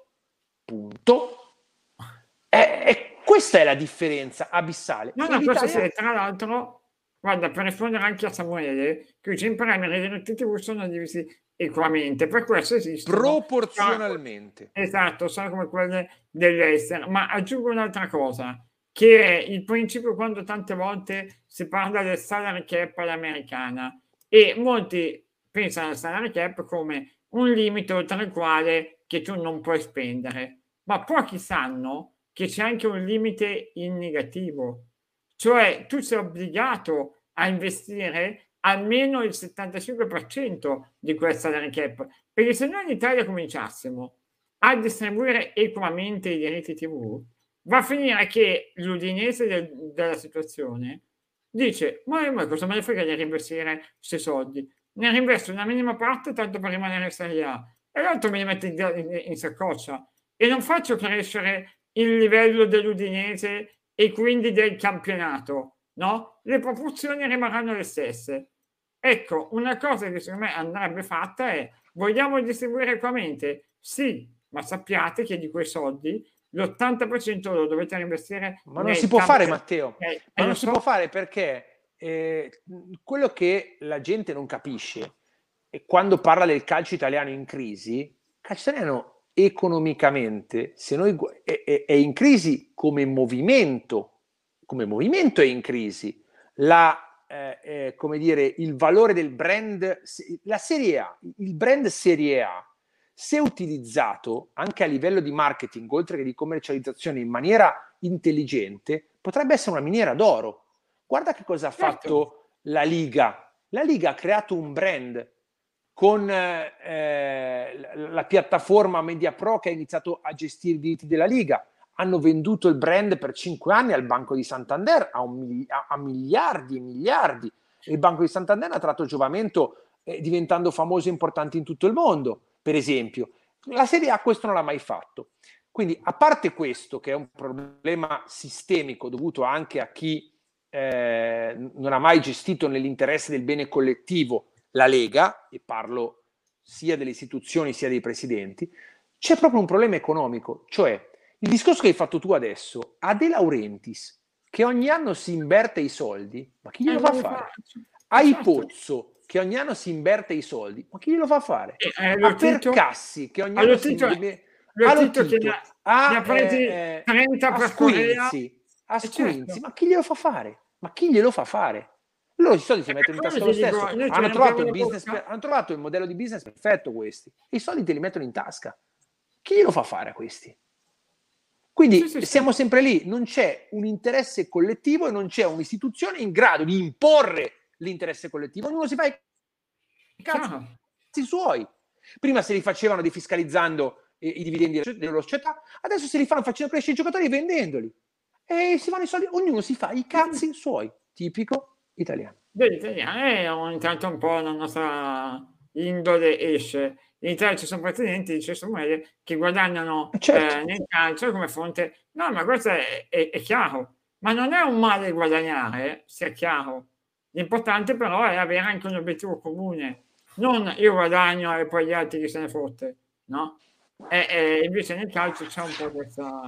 Questa è la differenza abissale. No, questo sì, tra l'altro, guarda, per rispondere anche a Samuele, che i premi dei diritti TV sono divisi equamente, per questo esistono proporzionalmente. Esatto, sono come quelle dell'estero, ma aggiungo un'altra cosa, che è il principio quando tante volte si parla del salary cap all'americana e molti pensano al salary cap come un limite oltre il quale che tu non puoi spendere, ma pochi sanno che c'è anche un limite in negativo, cioè tu sei obbligato a investire almeno il 75% di quel salary cap, perché se noi in Italia cominciassimo a distribuire equamente i diritti TV, va a finire che l'udinese della situazione dice: ma cosa me ne frega di reinvestire questi soldi? Ne reinvesto una minima parte tanto per rimanere in Serie A e l'altro me li metto in saccoccia e non faccio crescere il livello dell'udinese e quindi del campionato, no? Le proporzioni rimarranno le stesse. Ecco, una cosa che secondo me andrebbe fatta è: vogliamo distribuire equamente? Sì, ma sappiate che di quei soldi l'80% lo dovete reinvestire. Ma non si può fare, Matteo, ma non si può fare perché quello che la gente non capisce è quando parla del calcio italiano in crisi, il calcio italiano economicamente, se noi è in crisi come movimento è in crisi, come dire, il valore del brand, la Serie A, il brand Serie A, se utilizzato anche a livello di marketing, oltre che di commercializzazione in maniera intelligente, potrebbe essere una miniera d'oro. Guarda che cosa ha fatto la Liga. La Liga ha creato un brand con la piattaforma MediaPro che ha iniziato a gestire i diritti della Liga. Hanno venduto il brand per 5 anni al Banco di Santander a miliardi e miliardi. Il Banco di Santander ha tratto giovamento diventando famoso e importante in tutto il mondo, per esempio. La Serie A questo non l'ha mai fatto. Quindi, a parte questo, che è un problema sistemico dovuto anche a chi non ha mai gestito nell'interesse del bene collettivo la Lega, e parlo sia delle istituzioni sia dei presidenti, c'è proprio un problema economico, cioè il discorso che hai fatto tu adesso a De Laurentiis, che ogni anno si inverte i soldi, ma chi glielo fa fare? Ai Pozzo, che ogni anno si inverte i soldi, ma chi glielo fa fare? A Percassi, che ogni anno si inverte... ha presi 30 per Corea. A Squinzi, ma chi glielo fa fare? Ma chi glielo fa fare? Loro i soldi si mettono in tasca lo stesso. Hanno trovato il modello di business perfetto questi. E i soldi te li mettono in tasca. Chi glielo fa fare a questi? Quindi siamo sempre lì. Non c'è un interesse collettivo e non c'è un'istituzione in grado di imporre l'interesse collettivo. Ognuno si fa i cazzi suoi. Prima se li facevano defiscalizzando i dividendi della società, adesso se li fanno facendo crescere i giocatori e vendendoli. E si fanno i soldi. Ognuno si fa i cazzi suoi. Tipico italiano. Ogni tanto un po' la nostra indole esce. In Italia ci sono precedenti, dice Samuele, che guadagnano nel calcio come fonte. No, ma questo è chiaro. Ma non è un male guadagnare, sia chiaro. L'importante però è avere anche un obiettivo comune. Non io guadagno e poi gli altri chi se ne fotte, no? Invece nel calcio c'è un po'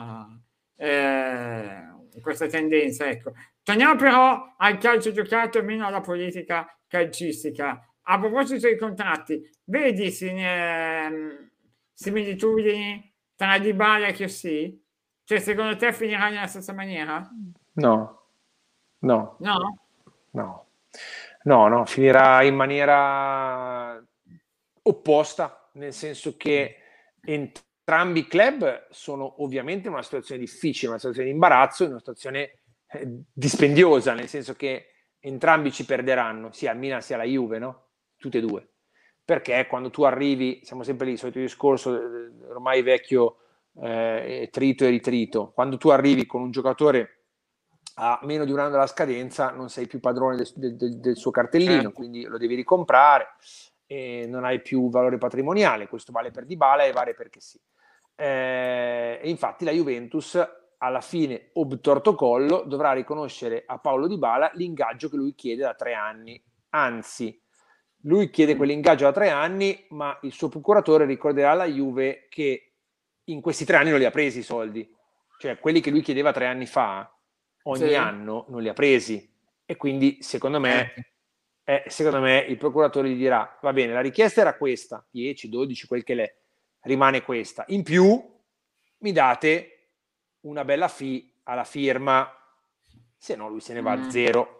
questa tendenza, ecco. Torniamo però al calcio giocato e meno alla politica calcistica. A proposito dei contratti, vedi similitudini tra Dybala e Chelsea? Cioè, secondo te finirà nella stessa maniera? No, no, No? no, no, finirà in maniera opposta, nel senso che entrambi i club sono ovviamente in una situazione difficile, una situazione di imbarazzo, in una situazione dispendiosa, nel senso che entrambi ci perderanno, sia il Milan sia la Juve, no? Tutte e due. Perché quando tu arrivi, siamo sempre lì, il solito discorso, ormai vecchio trito e ritrito, quando tu arrivi con un giocatore a meno di un anno dalla scadenza non sei più padrone del suo cartellino, Certo. quindi lo devi ricomprare e non hai più valore patrimoniale. Questo vale per Dybala e vale perché sì. E infatti la Juventus alla fine, obtorto collo, dovrà riconoscere a Paulo Dybala l'ingaggio che lui chiede da 3 anni. Anzi, lui chiede quell'ingaggio da 3 anni, ma il suo procuratore ricorderà alla Juve che in questi 3 anni non li ha presi i soldi. Cioè, quelli che lui chiedeva 3 anni fa, ogni Sì. anno non li ha presi. E quindi, secondo me, il procuratore gli dirà, va bene, la richiesta era questa, 10, 12, quel che l'è, rimane questa. In più, mi date una bella fee alla firma, se no lui se ne va a zero.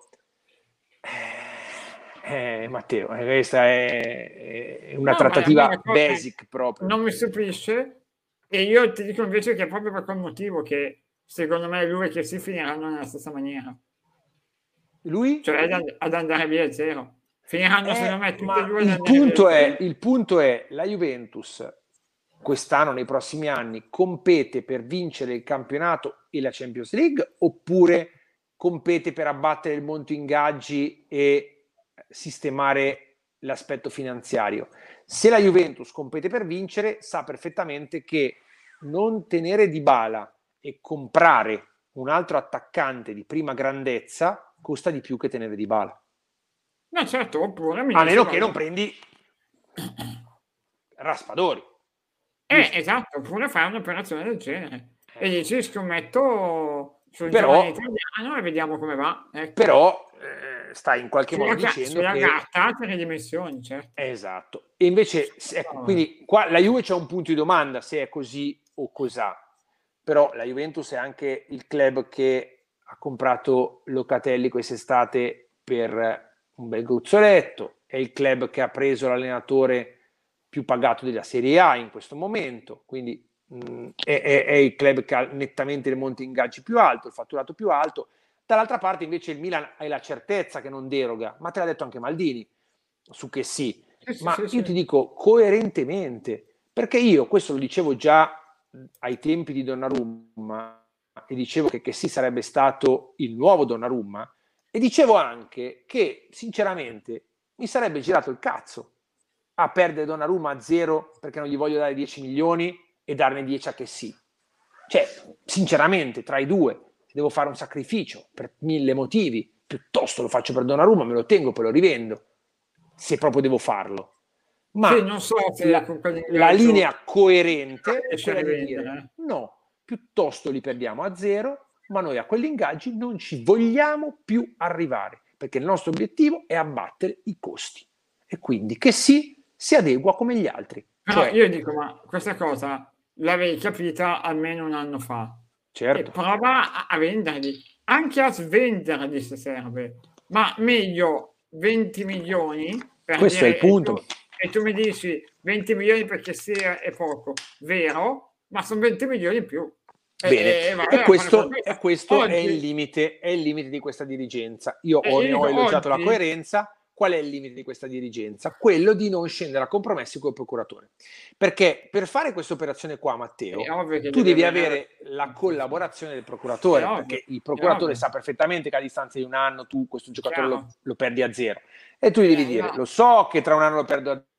Matteo, questa è una trattativa basic proprio. Non mi stupisce, e io ti dico invece che è proprio per quel motivo che secondo me lui che si finiranno nella stessa maniera, Lui? cioè ad andare via a zero. Finiranno secondo me tutti e Ma due ad andare via a zero. il punto è la Juventus quest'anno, nei prossimi anni, compete per vincere il campionato e la Champions League oppure compete per abbattere il monte ingaggi e sistemare l'aspetto finanziario? Se la Juventus compete per vincere, sa perfettamente che non tenere Dybala e comprare un altro attaccante di prima grandezza costa di più che tenere Dybala. No, certo, oppure mi A dice meno che guarda, non prendi Raspadori. Giusto? esatto, oppure fare un'operazione del genere e dici scommetto sul Però, giovane italiano e vediamo come va. Ecco. però stai in qualche modo dicendo Sulla che carta per le dimensioni, certo. esatto. E invece, ecco, quindi qua la Juve c'è un punto di domanda se è così o cos'ha. Però la Juventus è anche il club che ha comprato Locatelli quest'estate per un bel gruzzoletto, è il club che ha preso l'allenatore più pagato della Serie A in questo momento, quindi è il club che ha nettamente il monte ingaggi più alto, il fatturato più alto. Dall'altra parte invece il Milan hai la certezza che non deroga, ma te l'ha detto anche Maldini su che sì. Ma io ti dico coerentemente, perché io questo lo dicevo già ai tempi di Donnarumma e dicevo che sì sarebbe stato il nuovo Donnarumma e dicevo anche che sinceramente mi sarebbe girato il cazzo a perdere Donnarumma a zero perché non gli voglio dare 10 milioni e darne 10 a che sì. Cioè, sinceramente, tra i due, se devo fare un sacrificio per 1000 motivi, piuttosto lo faccio per Donnarumma, me lo tengo, poi lo rivendo, se proprio devo farlo. Ma sì, non so se con la linea coerente è riesce a quella di dire rivendere. no, piuttosto li perdiamo a zero, ma noi a quegli ingaggi non ci vogliamo più arrivare, perché il nostro obiettivo è abbattere i costi. E quindi che sì, si adegua come gli altri. Però Cioè, io dico, ma questa cosa l'avevi capita almeno un anno fa e certo, prova a venderli, anche a svenderli se serve, ma meglio 20 milioni per questo è il dire, punto. e tu mi dici 20 milioni perché sì è poco, vero? Ma sono 20 milioni in più. Bene, Vale a fare e qualcosa. questo è è il limite di questa dirigenza. Io Ne ho dico, elogiato la oggi coerenza. Qual è il limite di questa dirigenza? Quello di non scendere a compromessi col procuratore. Perché per fare questa operazione qua, Matteo, è ovvio che tu deve devi avere... avere la collaborazione del È procuratore, ovvio, perché il è procuratore ovvio, sa perfettamente che a distanza di un anno tu questo giocatore chiaro. lo perdi a zero. E tu gli devi dire, No. lo so che tra un anno lo perdo a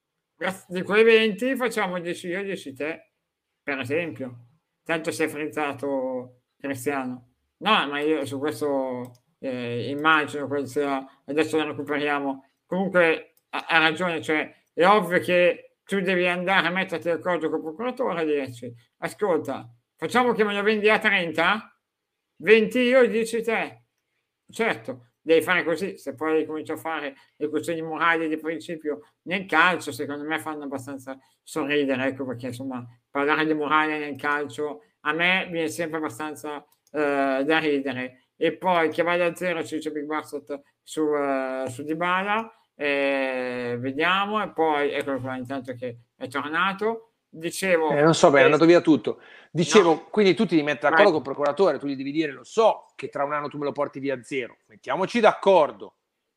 Di quei 20 facciamo 10 io, 10 te, per esempio. Tanto si è frizzato Cristiano. No, ma io su questo immagino che sia, adesso lo recuperiamo. Comunque ha ragione, cioè è ovvio che tu devi andare a metterti d'accordo col procuratore e dirci, ascolta, facciamo che me lo vendi a 30? 20 io, 10 te. Certo, devi fare così, se poi cominci a fare le questioni morali di principio nel calcio, secondo me fanno abbastanza sorridere, ecco perché insomma parlare di morale nel calcio a me viene sempre abbastanza da ridere. E poi che vada a zero, ci dice Big Barsot su Dybala, vediamo, e poi eccolo qua intanto che è tornato. Dicevo, non so bene, è andato via tutto. Dicevo, no, quindi tu ti devi mettere d'accordo col procuratore, tu gli devi dire, lo so che tra un anno tu me lo porti via a zero, mettiamoci d'accordo,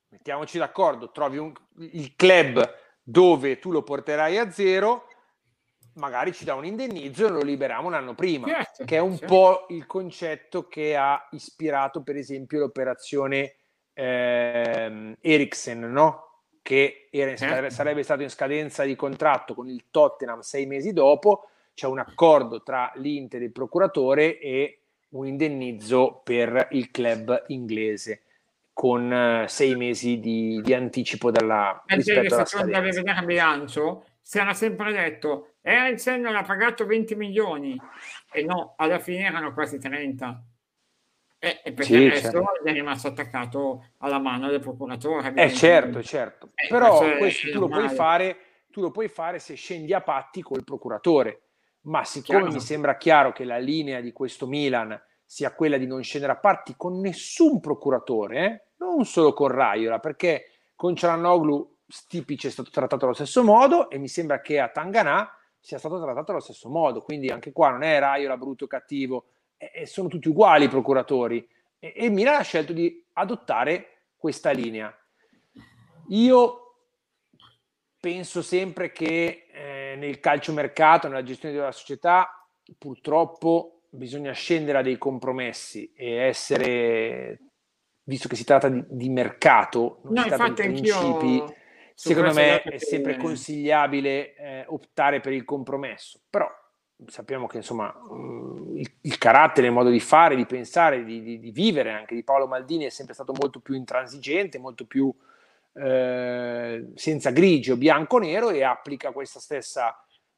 trovi il club dove tu lo porterai a zero, magari ci dà un indennizzo e lo liberiamo un anno prima, certo, che è un po' il concetto che ha ispirato per esempio l'operazione Eriksen, no? Che sarebbe stato in scadenza di contratto con il Tottenham 6 mesi dopo. C'è un accordo tra l'Inter e il procuratore e un indennizzo per il club inglese con 6 mesi di anticipo rispetto alla scadenza. Se vedere a bilancio, si era sempre detto Eriksen ha pagato 20 milioni e no, alla fine erano quasi 30. E perché il resto è rimasto attaccato alla mano del procuratore. Certo. Però questo tu lo puoi fare se scendi a patti col procuratore. Ma siccome mi sembra chiaro che la linea di questo Milan sia quella di non scendere a patti con nessun procuratore, non solo con Raiola, perché con Çalhanoğlu Stipic è stato trattato allo stesso modo e mi sembra che a Tanganà sia stato trattato allo stesso modo, quindi anche qua non è Raiola brutto o cattivo, sono tutti uguali i procuratori e Milan ha scelto di adottare questa linea. Io penso sempre che nel calciomercato, nella gestione della società, purtroppo bisogna scendere a dei compromessi e essere, visto che si tratta di mercato, non si tratta di principi, secondo me è sempre consigliabile optare per il compromesso. Però sappiamo che insomma il carattere, il modo di fare, di pensare, di vivere anche di Paolo Maldini è sempre stato molto più intransigente, molto più senza grigio, bianco, nero, e applica questa stessa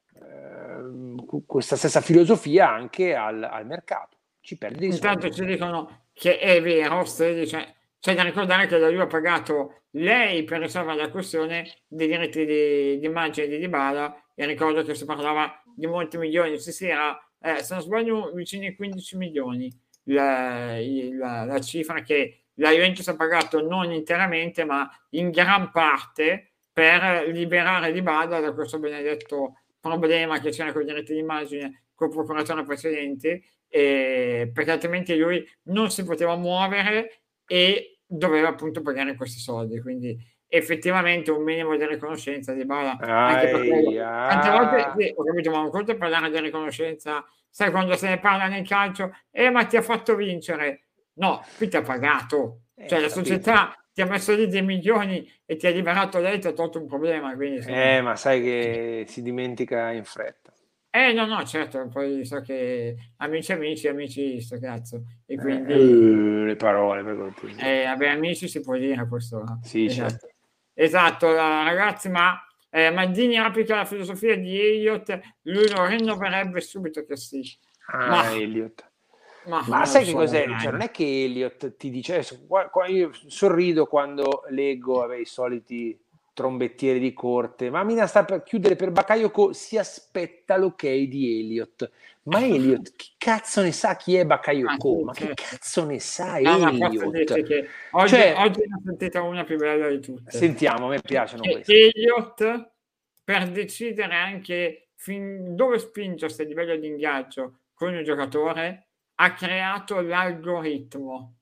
filosofia anche al mercato. Ci perdi intanto ci dicono che è vero, c'è da ricordare che la Juve ha pagato lei per risolvere la questione dei diritti di immagine di Dybala, e ricordo che si parlava di molti milioni, si era se non sbaglio vicino ai 15 milioni la cifra che la Juventus ha pagato non interamente ma in gran parte per liberare Dybala da questo benedetto problema che c'era con i diritti di immagine col procuratore precedente, perché altrimenti lui non si poteva muovere e doveva appunto pagare questi soldi, quindi effettivamente un minimo di riconoscenza di Dybala anche perché tante volte ho capito, ma un conto è parlare di riconoscenza, sai, quando se ne parla nel calcio, ma ti ha fatto vincere. No, qui ti ha pagato, cioè la società ti ha messo lì dei milioni e ti ha liberato lei, ti ha tolto un problema. Quindi, ma sai che si dimentica in fretta. No, certo, poi so che amici, sto cazzo. E quindi le parole, per cortesia. Vabbè, amici si può dire questo. Sì, certo. Esatto, ragazzi, ma Maldini applica la filosofia di Elliott, lui lo rinnoverebbe subito che sì. Elliott. Ma sai che cos'è? Cioè, non è che Elliott ti dice, io sorrido quando leggo i soliti trombettieri di corte, ma Milan sta per chiudere per Bakayoko, si aspetta l'ok di Elliott. Ma Elliott, chi cazzo ne sa chi è Bakayoko? Ma che cazzo ne sa Elliott? Oggi ne ho sentita una più bella di tutte. Sentiamo, a me piacciono queste. Elliott, per decidere anche fin dove spingersi a livello di ingaggio con un giocatore, ha creato l'algoritmo.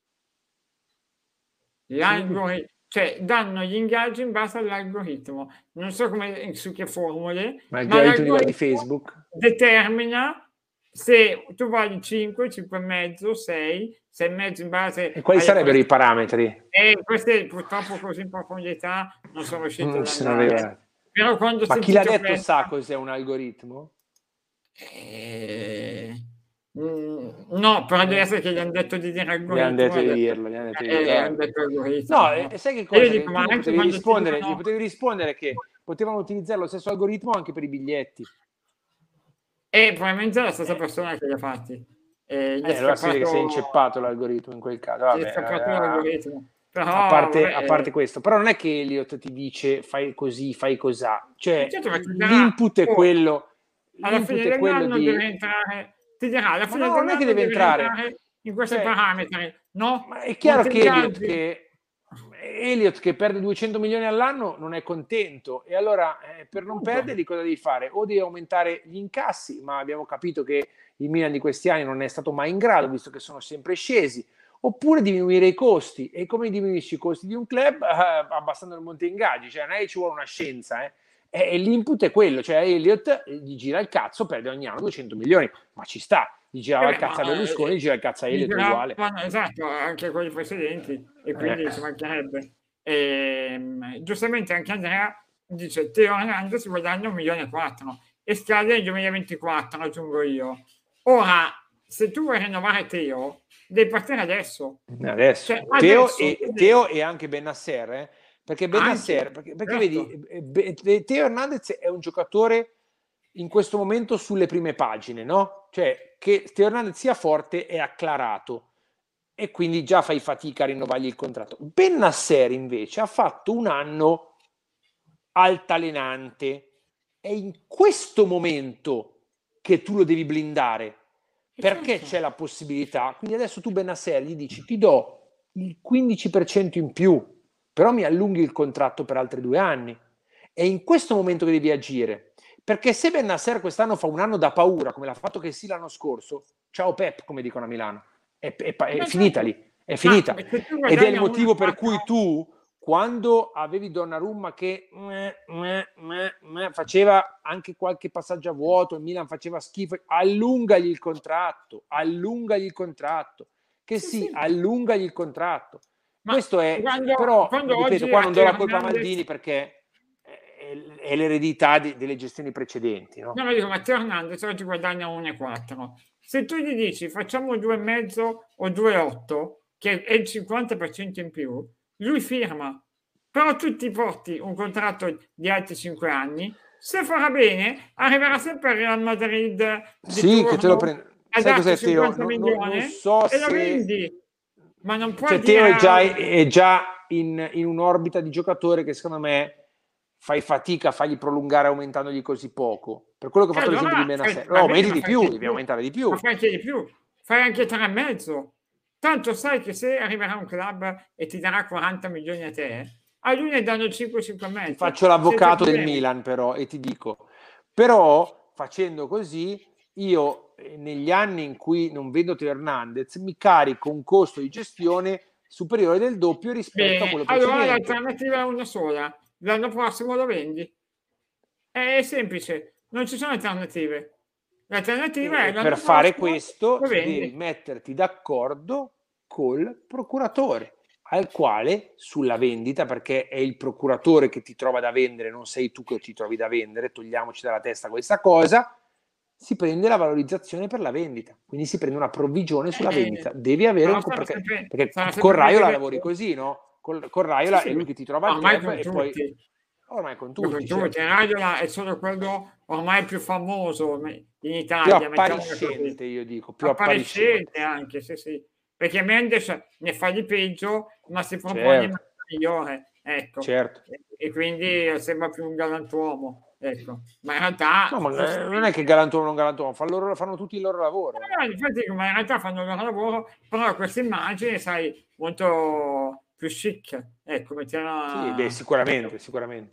Cioè danno gli ingaggi in base all'algoritmo. Non so su che formule, ma l'algoritmo di Facebook determina se tu vali 5, 5,5, 6, 6,5 in base. E quali sarebbero i parametri? Queste purtroppo così in profondità non sono riuscito ad andare. Però quando ma chi l'ha detto sa cos'è un algoritmo? No, però deve essere che gli hanno detto di dire algoritmo. Gli hanno detto di dirlo. Hanno detto algoritmo. No, sai che cosa? Dico, ma gli potevi rispondere che potevano utilizzare lo stesso algoritmo anche per i biglietti. E probabilmente è la stessa persona che li ha fatti. Allora si vede che si è inceppato l'algoritmo in quel caso. Gli è scappato l'algoritmo. Però, a parte questo, però non è che Elliott ti dice fai così, fai cosà. Cioè, l'input è quello. Alla fine dell'anno deve entrare ti dirà alla Ma fine no, non è che dell'anno deve devi entrare. rientrare in questi Cioè, parametri, no? ma è Non chiaro ti che ingaggi. Elliott che perde 200 milioni all'anno non è contento, e allora per non Appunto. perderli cosa devi fare? O devi aumentare gli incassi, ma abbiamo capito che il Milan di questi anni non è stato mai in grado, visto che sono sempre scesi, oppure diminuire i costi. E come diminuisci i costi di un club? Abbassando il monte ingaggi, cioè non è che ci vuole una scienza, e l'input è quello, cioè Elliott gli gira il cazzo, perde ogni anno 200 milioni, ma ci sta, gli girava il cazzo a Berlusconi, gli gira il cazzo a Gli Elliott, è uguale. giravano, esatto, anche quelli precedenti, e quindi ci mancherebbe. Giustamente anche Andrea dice Teo Hernandez guadagna 1,4 milioni e scade nel 2024, aggiungo io. Ora, se tu vuoi rinnovare Teo, devi partire adesso. Adesso, Cioè, adesso Teo e anche Bennacer, perché anche, Bennacer, perché certo. vedi, Teo Hernandez è un giocatore in questo momento sulle prime pagine, no? Cioè che Teo Hernandez sia forte è acclarato, e quindi già fai fatica a rinnovargli il contratto. Bennacer invece ha fatto un anno altalenante, è in questo momento che tu lo devi blindare, perché Certo. c'è la possibilità. Quindi adesso tu Bennacer gli dici ti do il 15% in più, però mi allunghi il contratto per altri 2 anni. È in questo momento che devi agire, perché se Bennacer quest'anno fa un anno da paura, come l'ha fatto che sì l'anno scorso, ciao Pep, come dicono a Milano, è finita Certo. lì, è Ma finita. se tu Ed è il guadagni motivo per 1,4, cui tu, quando avevi Donnarumma che faceva anche qualche passaggio a vuoto, il Milan faceva schifo, allungagli il contratto, che sì, sì, sì. allungagli il contratto. Ma Questo è, quando, però, quando ripeto, oggi qua a non do Teo la colpa a Hernandez, Maldini perché è l'eredità delle gestioni precedenti, no? no, ma dico, Matteo Hernandez oggi guadagna 1,4. Se tu gli dici facciamo 2,5 o 2,8, che è il 50% in più, lui firma. Però tu ti porti un contratto di altri 5 anni, se farà bene, arriverà sempre al Real Madrid di Sì, che te lo turno prendo. a Sai darti cos'è, Teo? 50 Non milioni so e lo se... vendi. Ma non puoi Cioè, Teo dire è già in un'orbita di giocatore che secondo me fai fatica a fargli prolungare aumentandogli così poco. Per quello che ho e fatto l'esempio di allora Benasser. Lo va bene, aumenti ma di fai più, anche di devi più, aumentare di ma più. fai anche di più, fai anche 3,5. Tanto sai che se arriverà un club e ti darà 40 milioni a te, a lui ne danno 5, Ti 5,5, faccio senza l'avvocato del problemi. Milan, però, e ti dico, però facendo così, io negli anni in cui non vedo Teo Hernandez mi carico un costo di gestione superiore del doppio rispetto a Bene, quello allora precedente. l'alternativa è una sola, l'anno prossimo lo vendi. È semplice, non ci sono alternative. L'alternativa è E per l'anno fare prossimo questo lo devi vendi. metterti d'accordo col procuratore, al quale sulla vendita, perché è il procuratore che ti trova da vendere, non sei tu che ti trovi da vendere, togliamoci dalla testa questa cosa, si prende la valorizzazione per la vendita, quindi si prende una provvigione sulla vendita. Devi avere Però un... perché sarà con sempre Raiola vedere. lavori così, no? Con Sì, Raiola è sì, lui che ti trova il ormai club con e poi tutti. ormai con Ma con tutti, tutti, certo. Raiola è solo quello ormai più famoso in Più Italia, mettiamola così. appariscente, io dico, più appariscente. Appariscente anche, sì, sì. Perché Mendes ne fa di peggio, ma si propone in Certo, maniera migliore, ecco. certo. E quindi sembra più un galantuomo, ecco. Ma in realtà, No, ma non è che giustamente, galantuomo o non galantuomo, fanno tutti il loro lavoro. infatti, ma in realtà fanno il loro lavoro, però questa immagine, sai, molto più chic, ecco, Sì, beh, mettiamola. sicuramente, sicuramente.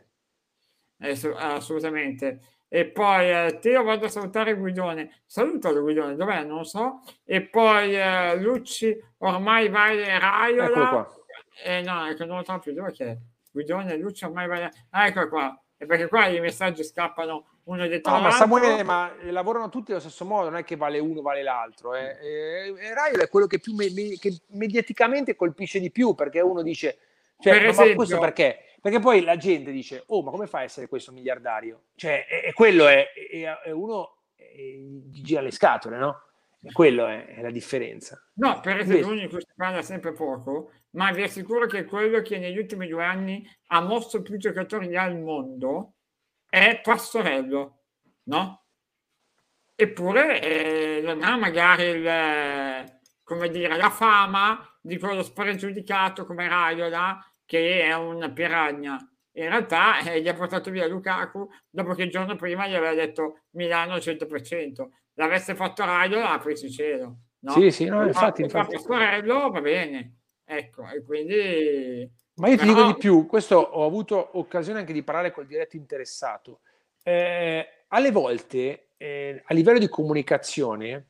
Assolutamente. E poi Teo vado a salutare Guidone. Salutalo Guidone, dov'è? Non lo so. E poi Lucci, ormai vale Eccolo Raiola. qua. No, è che non lo so più, dove che è? Guidone, Lucci, ormai vale... Ah, ecco qua. E perché qua i messaggi scappano uno dietro No, ma l'altro. Samuele, ma lavorano tutti allo stesso modo, non è che vale uno, vale l'altro. E Raiola è quello che più che mediaticamente colpisce di più, perché uno dice, cioè, Per ma questo esempio, perché? Perché poi la gente dice, oh, ma come fa a essere questo miliardario? Cioè, quello è uno gli gira le scatole, no? E quello è la differenza. no, per esempio, uno Invece, di cui si parla sempre poco, ma vi assicuro che quello che negli ultimi 2 anni ha mosso più giocatori al mondo è Pastorello, no? Eppure non ha magari come dire, la fama di quello spregiudicato come Raiola, che è una piranha. in realtà gli ha portato via Lukaku dopo che il giorno prima gli aveva detto Milano al 100%. L'avesse fatto Raiola, aprisi cielo, Sì, no? sì, no, L'ha infatti. fatto Scorello, va bene. Ecco, e quindi... Ma io ti dico Però, di più, questo ho avuto occasione anche di parlare col diretto interessato. Alle volte, a livello di comunicazione,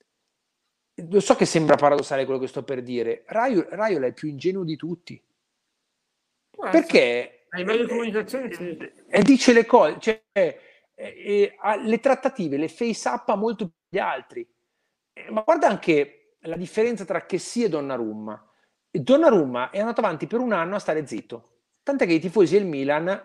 lo so che sembra paradossale quello che sto per dire, Raiola è il più ingenuo di tutti, può essere. perché A livello di comunicazione sì. dice le cose, cioè, ha le trattative, le face up a molto più degli altri. Ma guarda anche la differenza tra Chessy e Donnarumma. Donnarumma è andato avanti per un anno a stare zitto, tant'è che i tifosi del Milan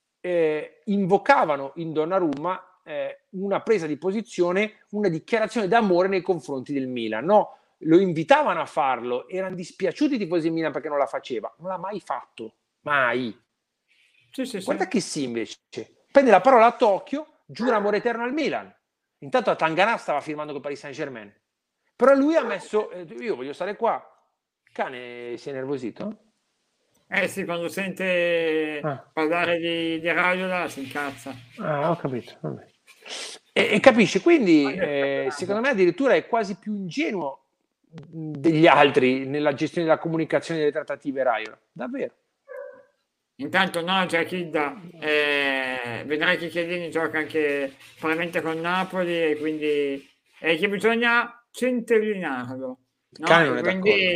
invocavano in Donnarumma una presa di posizione, una dichiarazione d'amore nei confronti del Milan. No, lo invitavano a farlo, erano dispiaciuti i tifosi del Milan perché non la faceva, non l'ha mai fatto, mai. Sì, sì, Guarda sì. Chessy invece prende la parola a Tokyo, giura amore eterno al Milan. Intanto a Tangana stava firmando con Paris Saint-Germain, però lui ha messo io voglio stare qua. Il cane si è nervosito? Eh sì, quando sente Ah. parlare di Raiola si incazza. Ho capito. Vabbè. E capisci, quindi Quando è secondo scatenato. me addirittura è quasi più ingenuo degli altri nella gestione della comunicazione delle trattative Raiola. Davvero. Intanto no, Giacchidda, vedrai che Chiellini gioca anche probabilmente con Napoli e quindi che bisogna centellinarlo, Il no? cane E non è quindi, d'accordo.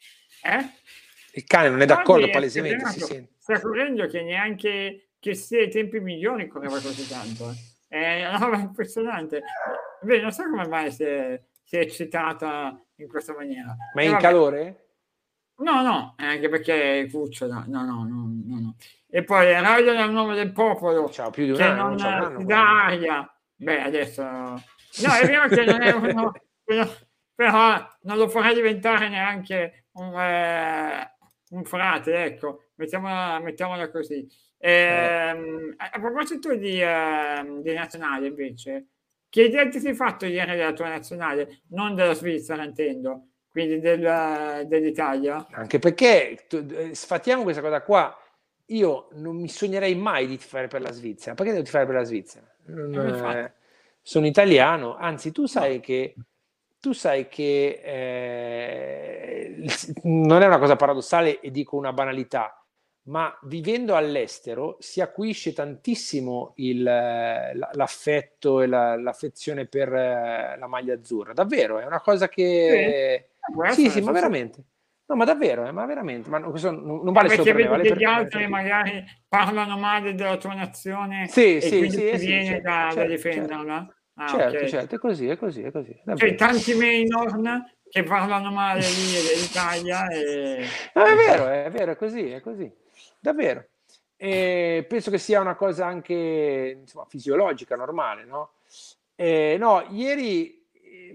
Il cane non è d'accordo, Guardi, è palesemente si scatenato, sente. sta correndo che neanche che sia ai tempi migliori correva così tanto. È una roba impressionante. Beh, non so come mai si è eccitata in questa maniera. Ma è E in vabbè, calore? no, no, anche perché è cucciola, no, no, no, no, no. E poi Radio nel nome del popolo, C'ha più di un che anno, non non c'ha un anno si quella. dà aria. Beh, adesso... No, è vero che non è uno, però non lo farà diventare neanche un frate, ecco, mettiamola così. A proposito di nazionale, invece, che idea ti sei fatto ieri della tua nazionale? Non della Svizzera, intendo, quindi dell'Italia? Anche perché sfatiamo questa cosa qua. Io non mi sognerei mai di tifare per la Svizzera. Perché devo tifare per la Svizzera? Infatti, Sono italiano, anzi, no. tu sai che non è una cosa paradossale e dico una banalità, ma vivendo all'estero si acuisce tantissimo l'affetto e l'affezione per la maglia azzurra. Davvero, è una cosa Sì, che... può Sì, essere, sì, ma sì, sì. veramente. No, ma davvero, ma veramente. Ma questo non vale solo Perché per me, vedi vale che gli vale per altri tutti. magari parlano male della tua nazione Sì, e sì, quindi sì, ti sì, viene certo, da certo, certo. difenderla? Ah, Certo, ok. certo, è così, è così, è così, C'è davvero. tanti Maynor che parlano male lì dell'Italia No, e fa. è vero, è così, davvero. E penso che sia una cosa anche, insomma, fisiologica, normale, no? No, ieri,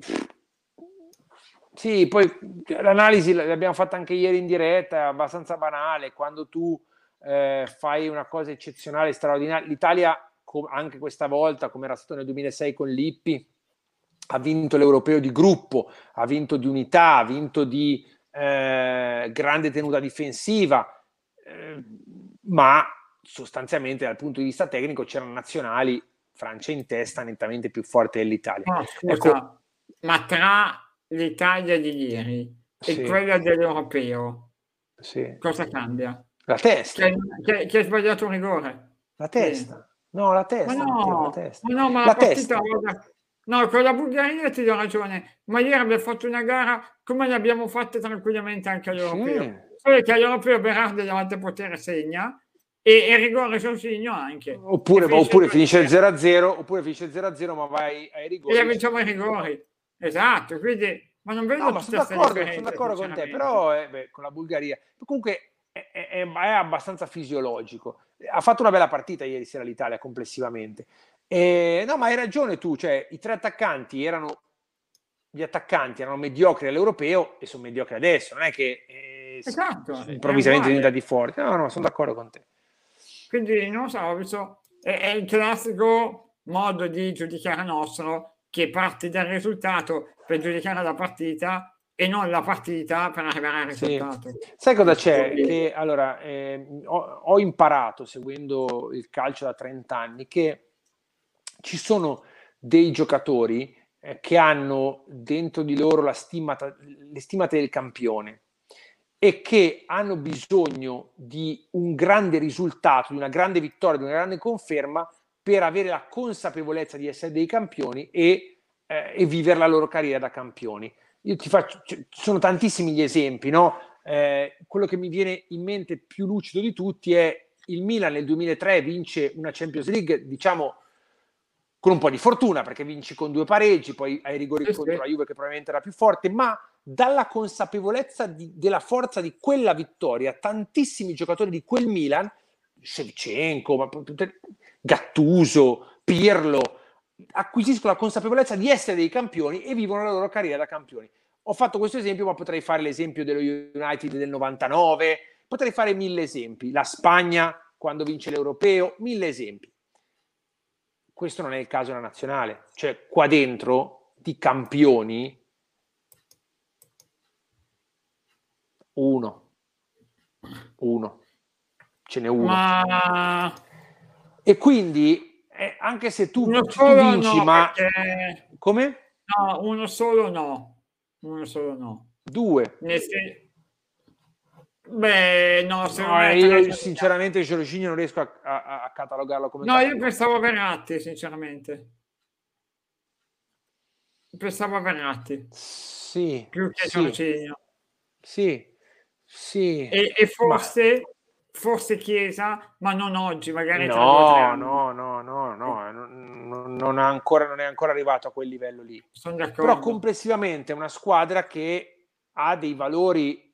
sì, poi l'analisi l'abbiamo fatta anche ieri in diretta, è abbastanza banale, quando tu fai una cosa eccezionale, straordinaria, l'Italia anche questa volta, come era stato nel 2006 con Lippi, ha vinto l'europeo di gruppo, ha vinto di unità, ha vinto di grande tenuta difensiva, ma sostanzialmente dal punto di vista tecnico c'erano nazionali, Francia in testa, nettamente più forte dell'Italia. No, Ecco, scusa, ma tra l'Italia di ieri e sì, quella dell'Europeo, sì. cosa cambia? La testa, Che ha sbagliato un rigore? la Sì. testa, no, la testa, Matteo, la testa. Ma la La partita, testa. guarda, no, con la Bulgaria ti do ragione, ma ieri abbiamo fatto una gara come ne abbiamo fatte tranquillamente anche Sì. all'Europeo. Solo che all'Europeo Berardi davanti a potere segna e il rigore Giorginio anche. E finisce Oppure finisce 2-0 0-0, oppure finisce 0-0, ma vai ai e la rigori. vinciamo ai rigori. Esatto, quindi, ma non No, vedo ma tutta questa sono differenza, d'accordo con te, sinceramente. però con la Bulgaria. Comunque è abbastanza fisiologico. Ha fatto una bella partita ieri sera l'Italia complessivamente. No, ma hai ragione tu, cioè gli attaccanti erano mediocri all'europeo e sono mediocri adesso, non è che Esatto, è improvvisamente sono uguale. diventati forti. No, no, sono d'accordo con te. Quindi non so, ho visto, è il classico modo di giudicare nostro che parte dal risultato per giudicare la partita e non la partita per arrivare al Sì. risultato. Sai cosa c'è? Che allora ho imparato seguendo il calcio da 30 anni che ci sono dei giocatori che hanno dentro di loro le stimate del campione e che hanno bisogno di un grande risultato, di una grande vittoria, di una grande conferma per avere la consapevolezza di essere dei campioni e vivere la loro carriera da campioni. Io ti faccio, ci sono tantissimi gli esempi, no? Quello che mi viene in mente più lucido di tutti è il Milan nel 2003 vince una Champions League, diciamo, con un po' di fortuna, perché vinci con 2 pareggi, poi ai rigori contro la Juve che probabilmente era più forte, ma dalla consapevolezza della forza di quella vittoria, tantissimi giocatori di quel Milan, Shevchenko, Gattuso, Pirlo, acquisiscono la consapevolezza di essere dei campioni e vivono la loro carriera da campioni. Ho fatto questo esempio, ma potrei fare l'esempio dello United del 99, potrei fare 1000 esempi. La Spagna quando vince l'Europeo, 1000 esempi. Questo non è il caso della nazionale. Cioè, qua dentro, di campioni, uno. Ce n'è uno. Ma... E quindi, anche se tu vinci, no, ma... perché... Come? No, uno solo no. 2. Beh, no, secondo me io sinceramente Jorginho non riesco a catalogarlo come campione. Io pensavo a Verratti, sinceramente. Pensavo a Verratti. Sì. Più che Jorginho. Sì. E forse Chiesa, ma non oggi, magari tra 2 o 3 anni. Non è ancora arrivato a quel livello lì. Sono d'accordo. Però complessivamente è una squadra che ha dei valori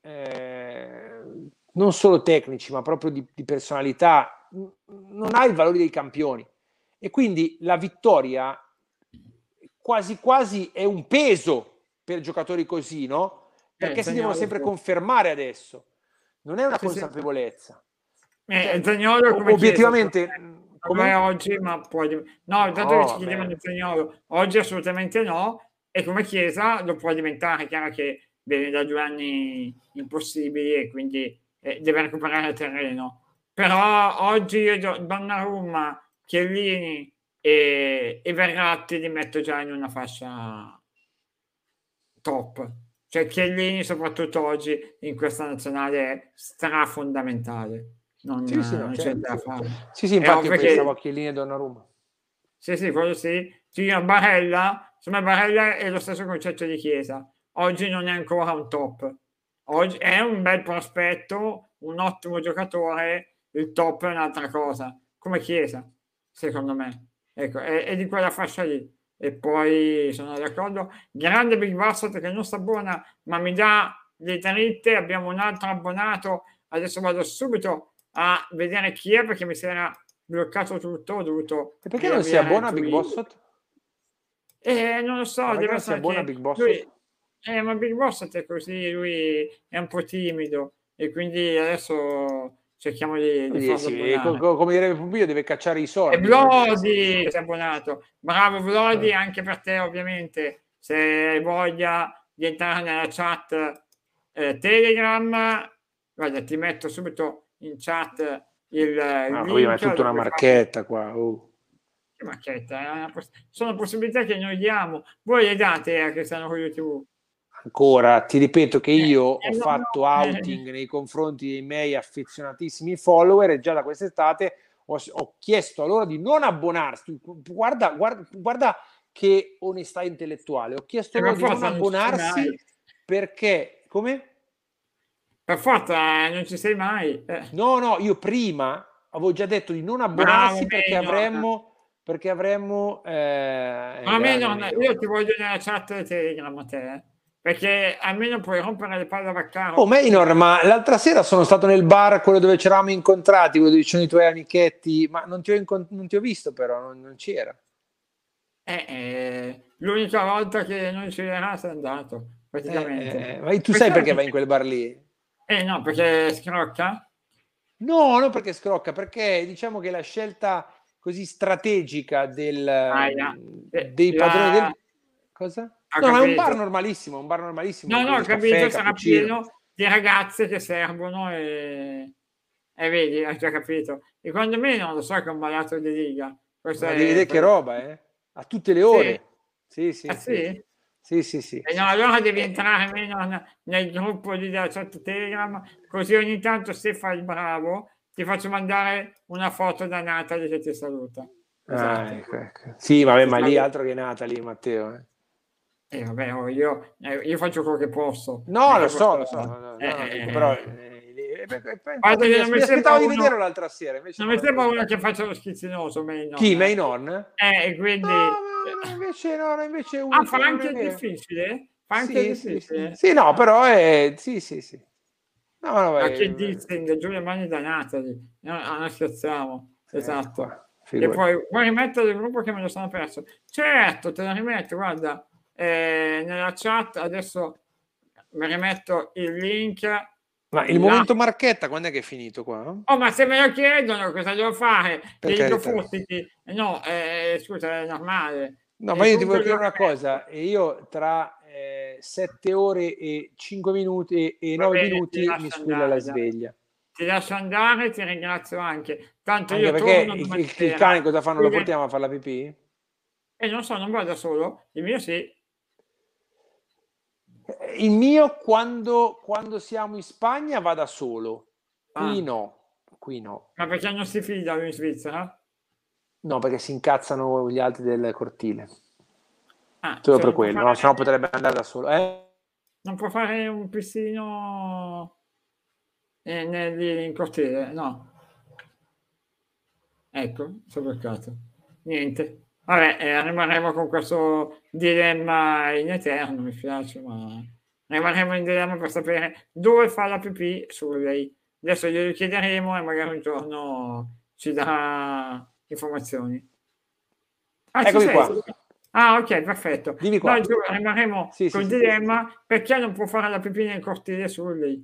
non solo tecnici, ma proprio di personalità. Non ha i valori dei campioni. E quindi la vittoria quasi quasi è un peso per giocatori così, no? Perché si devono sempre confermare adesso. Non è una consapevolezza. Zaniolo come obiettivamente come oggi, ma poi no, tanto che ci chiedevano di Zaniolo, oggi assolutamente no, e come Chiesa lo può diventare. Chiaro che viene da 2 anni impossibili e quindi deve recuperare terreno, però oggi io Donnarumma, Chiellini e Verratti li metto già in una fascia top. Cioè Chiellini soprattutto oggi in questa nazionale è strafondamentale. Non c'è da fare. Sì, infatti io pensavo a Chiellini e Donnarumma. Sì, quello sì. Barella, insomma Barella è lo stesso concetto di Chiesa. Oggi non è ancora un top. Oggi è un bel prospetto, un ottimo giocatore, il top è un'altra cosa. Come Chiesa, secondo me. Ecco, è di quella fascia lì. E poi sono d'accordo. Grande Big Bassett che non sta buona, ma mi dà le dritte. Abbiamo un altro abbonato. Adesso vado subito a vedere chi è perché mi si era bloccato tutto. Ho dovuto e perché non si abbona a Big Bassett? Non lo so, deve essere che Big Bassett? ma Big Bassett è così, lui è un po' timido e quindi adesso cerchiamo di farlo abbonare. Come direbbe Pupillo, deve cacciare i soldi. E Vladi si è abbonato. Bravo Vladi, anche per te ovviamente, se hai voglia di entrare nella chat Telegram, guarda, ti metto subito in chat il link. È tutta una marchetta qua. Che marchetta? Sono possibilità che noi diamo. Voi le date a Cristiano con YouTube? Ancora, ti ripeto che io ho fatto outing nei confronti dei miei affezionatissimi follower e già da quest'estate ho chiesto a loro di non abbonarsi. Guarda che onestà intellettuale. Ho chiesto loro di non abbonarsi perché... Come? Per forza, non ci sei mai. No, io prima avevo già detto di non abbonarsi perché avremmo... io ti voglio nella chat Telegram a te, perché almeno puoi rompere le palle a Vaccaro. Maynor, ma l'altra sera sono stato nel bar, quello dove ci eravamo incontrati, quello dove ci sono i tuoi amichetti, ma non ti ho visto però, non c'era. L'unica volta che non c'era sei andato, praticamente. Ma tu sai perché vai in quel bar lì? No, perché scrocca? No, non perché scrocca, perché diciamo che la scelta così strategica dei padroni del... Cosa? Ho No, ma è un bar capito. normalissimo, un bar normalissimo, No, no, ho prendi caffè, capito, sarà cappuccino. pieno di ragazze che servono e vedi, hai già capito. Secondo me non lo so che è un malato di liga. Questo Ma devi è vedere che roba, a tutte le sì? ore. Sì, Ah sì, sì, sì? sì, sì, sì. E no, allora devi Eh, entrare meno nel gruppo di della chat Telegram, così ogni tanto se fai il bravo ti faccio mandare una foto da Natalie che ti saluta. Esatto. ecco, ecco. Sì, vabbè, Ti ma lì saluta. altro che Natalie, Matteo. E vabbè, oh, io faccio quello che posso, non No, è che posso... lo so, no, no, no, dico, però, Guarda infatti che non mi mi sembra aspettavo di uno, vederlo l'altra sera, invece non non mi l'ho sembra uno incontrato. che faccia lo schizzinoso, Chi, Mainon, eh? Mainon? E No, quindi... no, invece no, no, invece è Ah, uno fa che non anche è il vero. difficile? Fa anche il Sì, sì, sì. difficile? Sì, no, Ah. però è... Sì, sì, sì. No, no, Ma che dissing, giù le mani da Natalie, no, non scherziamo, ecco esatto. qua, E figurati. poi vuoi rimettere il gruppo che me lo sono perso? Certo, te lo rimetto, guarda, nella chat adesso mi rimetto il link Ma il là. momento marchetta, quando è che è finito qua? Oh, ma se me lo chiedono cosa devo fare? Per Gli dico carità. fottiti. No, scusa, è normale. No, ma E io ti voglio comunque lo chiedere una rimetto. cosa, e io tra 7 ore e 5 minuti e Va 9 bene, ti minuti mi lascio squilla la andare, dai. sveglia. Ti lascio andare, ti ringrazio anche. Tanto Anche io perché torno domani il sera. cane cosa fa? Non lo Quindi- portiamo a fare la pipì? E non so, non vado da solo. Il mio sì. Il mio quando siamo in Spagna va da solo, qui Ah, no, qui no. ma perché non si fida lui in Svizzera? No, perché si incazzano gli altri del cortile. Ah, Solo cioè per quello, no, se no potrebbe andare da solo. non può fare un pistino lì in cortile, no. Ecco, sono peccato. Niente. Vabbè, rimarremo con questo dilemma in eterno, mi spiace, ma rimarremo in dilemma per sapere dove fa la pipì su lei. Adesso glielo chiederemo e magari un giorno ci darà informazioni. Ah, ci Eccomi sei? qua, Ah, ok, perfetto. dimmi Noi qua. rimarremo Sì, sì, col sì. dilemma perché non può fare la pipì nel cortile su lei.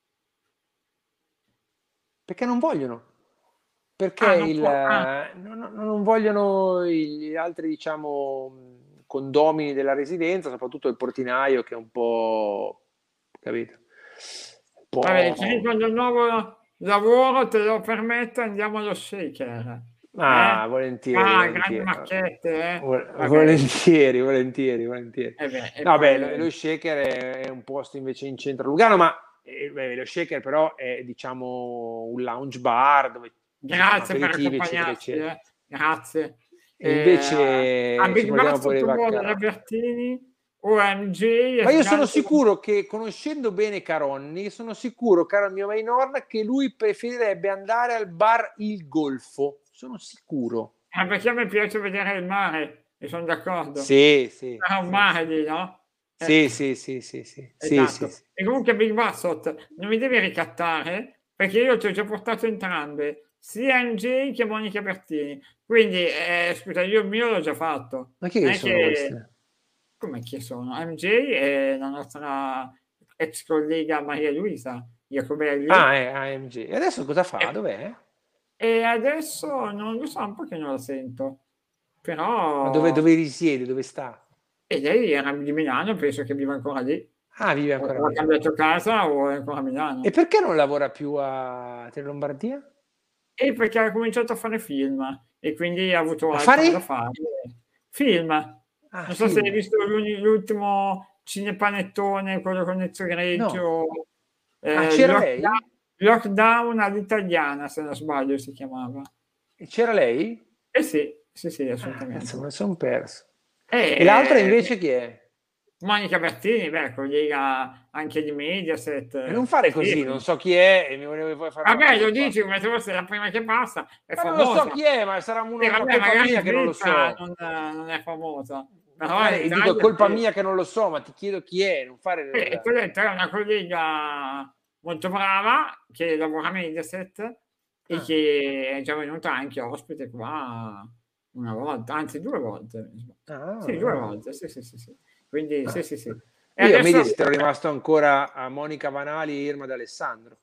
Perché non vogliono. Perché Ah, non può. Ah, non vogliono gli altri, diciamo, condomini della residenza, soprattutto il portinaio che è un po', capito? Un vabbè, così po'... quando il nuovo lavoro te lo permette andiamo allo shaker. Ah, Eh? volentieri, Ah, grandi volentieri. macchiette, Vabbè, Volentieri, volentieri, volentieri. e No, beh, poi... lo shaker è un posto invece in centro a Lugano, ma beh, lo shaker però è, diciamo, un lounge bar dove ci fanno Grazie per aperitivi, eccetera, accompagnarci, eccetera. Grazie. E A invece ci Big portiamo Bass pure le tu vuoi vacca. la Bertini, OMG e Ma io sono sgancio... sicuro che, conoscendo bene Caronni, sono sicuro, caro il mio Mainorn, che lui preferirebbe andare al bar Il Golfo. Sono sicuro. Perché a me piace vedere il mare, e sono d'accordo. Sì, sì, C'era un sì, mare sì. lì, no? Sì, sì, sì, sì, sì, sì, sì, Esatto. sì. E comunque Big Bassot non mi devi ricattare perché io ti ho già portato entrambe, sia MJ che Monica Bertini. Quindi, scusa, io il mio l'ho già fatto. Ma chi Non che è sono che... queste? Come chi sono? MJ è la nostra ex collega Maria Luisa Ah, Iacobelli è AMG. E adesso cosa fa? e, Dov'è? e adesso non lo so, un po' che non la sento. Ma Però... dove risiede? Dove sta? E lei era di Milano, penso che viva ancora lì. Ah, vive ancora O ha lì. cambiato casa o è ancora a E Milano. perché non lavora più a Tele Lombardia? E perché ha cominciato a fare film e quindi ha avuto A altro da fare? fare. Film. Ah, Non so se hai film. visto l'ultimo cinepanettone, quello con Ezio No. Greggio, Ah, c'era Lockdown, lei? Lockdown all'italiana, se non sbaglio si chiamava. E c'era lei? Eh sì, sì, sì, Ah, cazzo, me assolutamente. lo son perso. E l'altra E invece chi è? Monica Bertini, beh, collega anche di E non Mediaset. fare Sì, così, non so chi è e mi volevo fare una vabbè, lo colpa. dici come se fosse la prima che passa, è Ma non lo so famosa. chi è, ma sarà Sì, una vabbè, colpa magari in mia che non lo Svizzera so. non è famosa, però in Magari dico è Italia colpa sì. mia che non lo so, ma ti chiedo chi è, non fare E il... quella è una collega molto brava che lavora a Mediaset e Ah, che è già venuta anche ospite qua una volta, anzi due volte. Sì, due ah, volte, sì, sì, sì, sì. Quindi sì, ah. sì, sì. E Io a adesso Mediaset ero rimasto ancora a Monica Vanali e Irma D'Alessandro.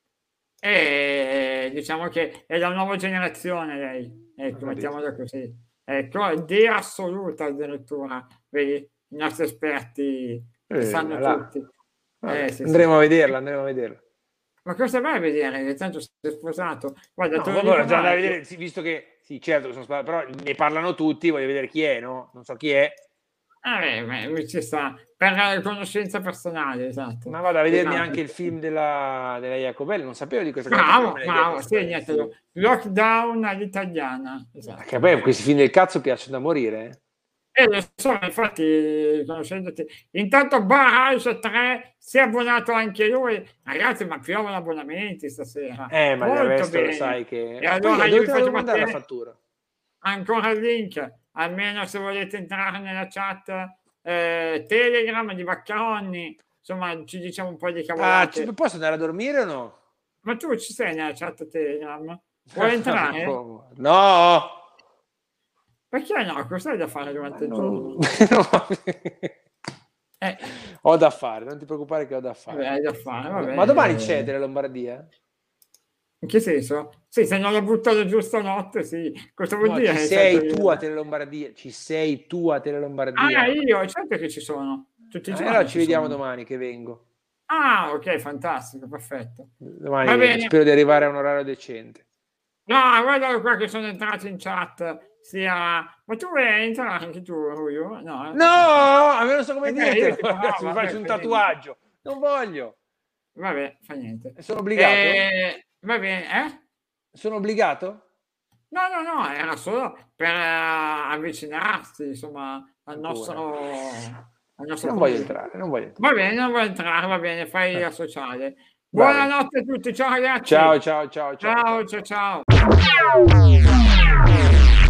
diciamo che è la nuova generazione lei, Ho ecco, capito. mettiamola così. Ecco, di assoluta addirittura, vedi? i nostri esperti che sanno tutti. Andremo a vederla. Ma cosa vai a vedere? Che tanto sei sposato. Guarda, già da vedere, visto che sì, certo sono sposato, però ne parlano tutti, voglio vedere chi è, no? Non so chi è. Ci sta per conoscenza personale, esatto. Ma vado a vedermi anche il film della Jacobelli, non sapevo di questa cosa. Bravo, segnatelo. Lockdown all'italiana. Esatto. Che poi questi film del cazzo piacciono da morire. Lo so, infatti, conoscendoti. Intanto Barrage 3 si è abbonato anche lui. Ragazzi, ma piovono abbonamenti stasera. Ma del resto lo sai che... E allora io vi faccio mandare la fattura. Ancora il link, almeno se volete entrare nella chat Telegram di Vaccaroni. Insomma, ci diciamo un po' di cavolate. Posso andare a dormire o no? Ma tu ci sei nella chat Telegram? Vuoi entrare? No! Perché no? Cosa hai da fare durante il giorno? Ho da fare, non ti preoccupare che ho da fare. Hai da fare, vabbè. Ma domani c'è Tele Lombardia? In che senso? Sì, se non l'ho buttato giusto notte, sì. Cosa vuol dire? Ci sei tu a Tele Lombardia. Ci sei tu a Tele Lombardia. Io, certo che ci sono. Tutti i giorni. Allora ci vediamo domani che vengo. Ok, fantastico, perfetto. Domani spero di arrivare a un orario decente. No, guardalo qua che sono entrato in chat. Ma tu vuoi entrare anche tu, Ruio? No, a me non so come dire. Mi faccio un tatuaggio. Non voglio. Vabbè, fa niente. Sono obbligato? Va bene, Sono obbligato? No, era solo per avvicinarsi, insomma, al nostro non voglio entrare. Va bene, non vuoi entrare, va bene, fai la sociale. Buonanotte a tutti, ciao ragazzi. Ciao. Ciao.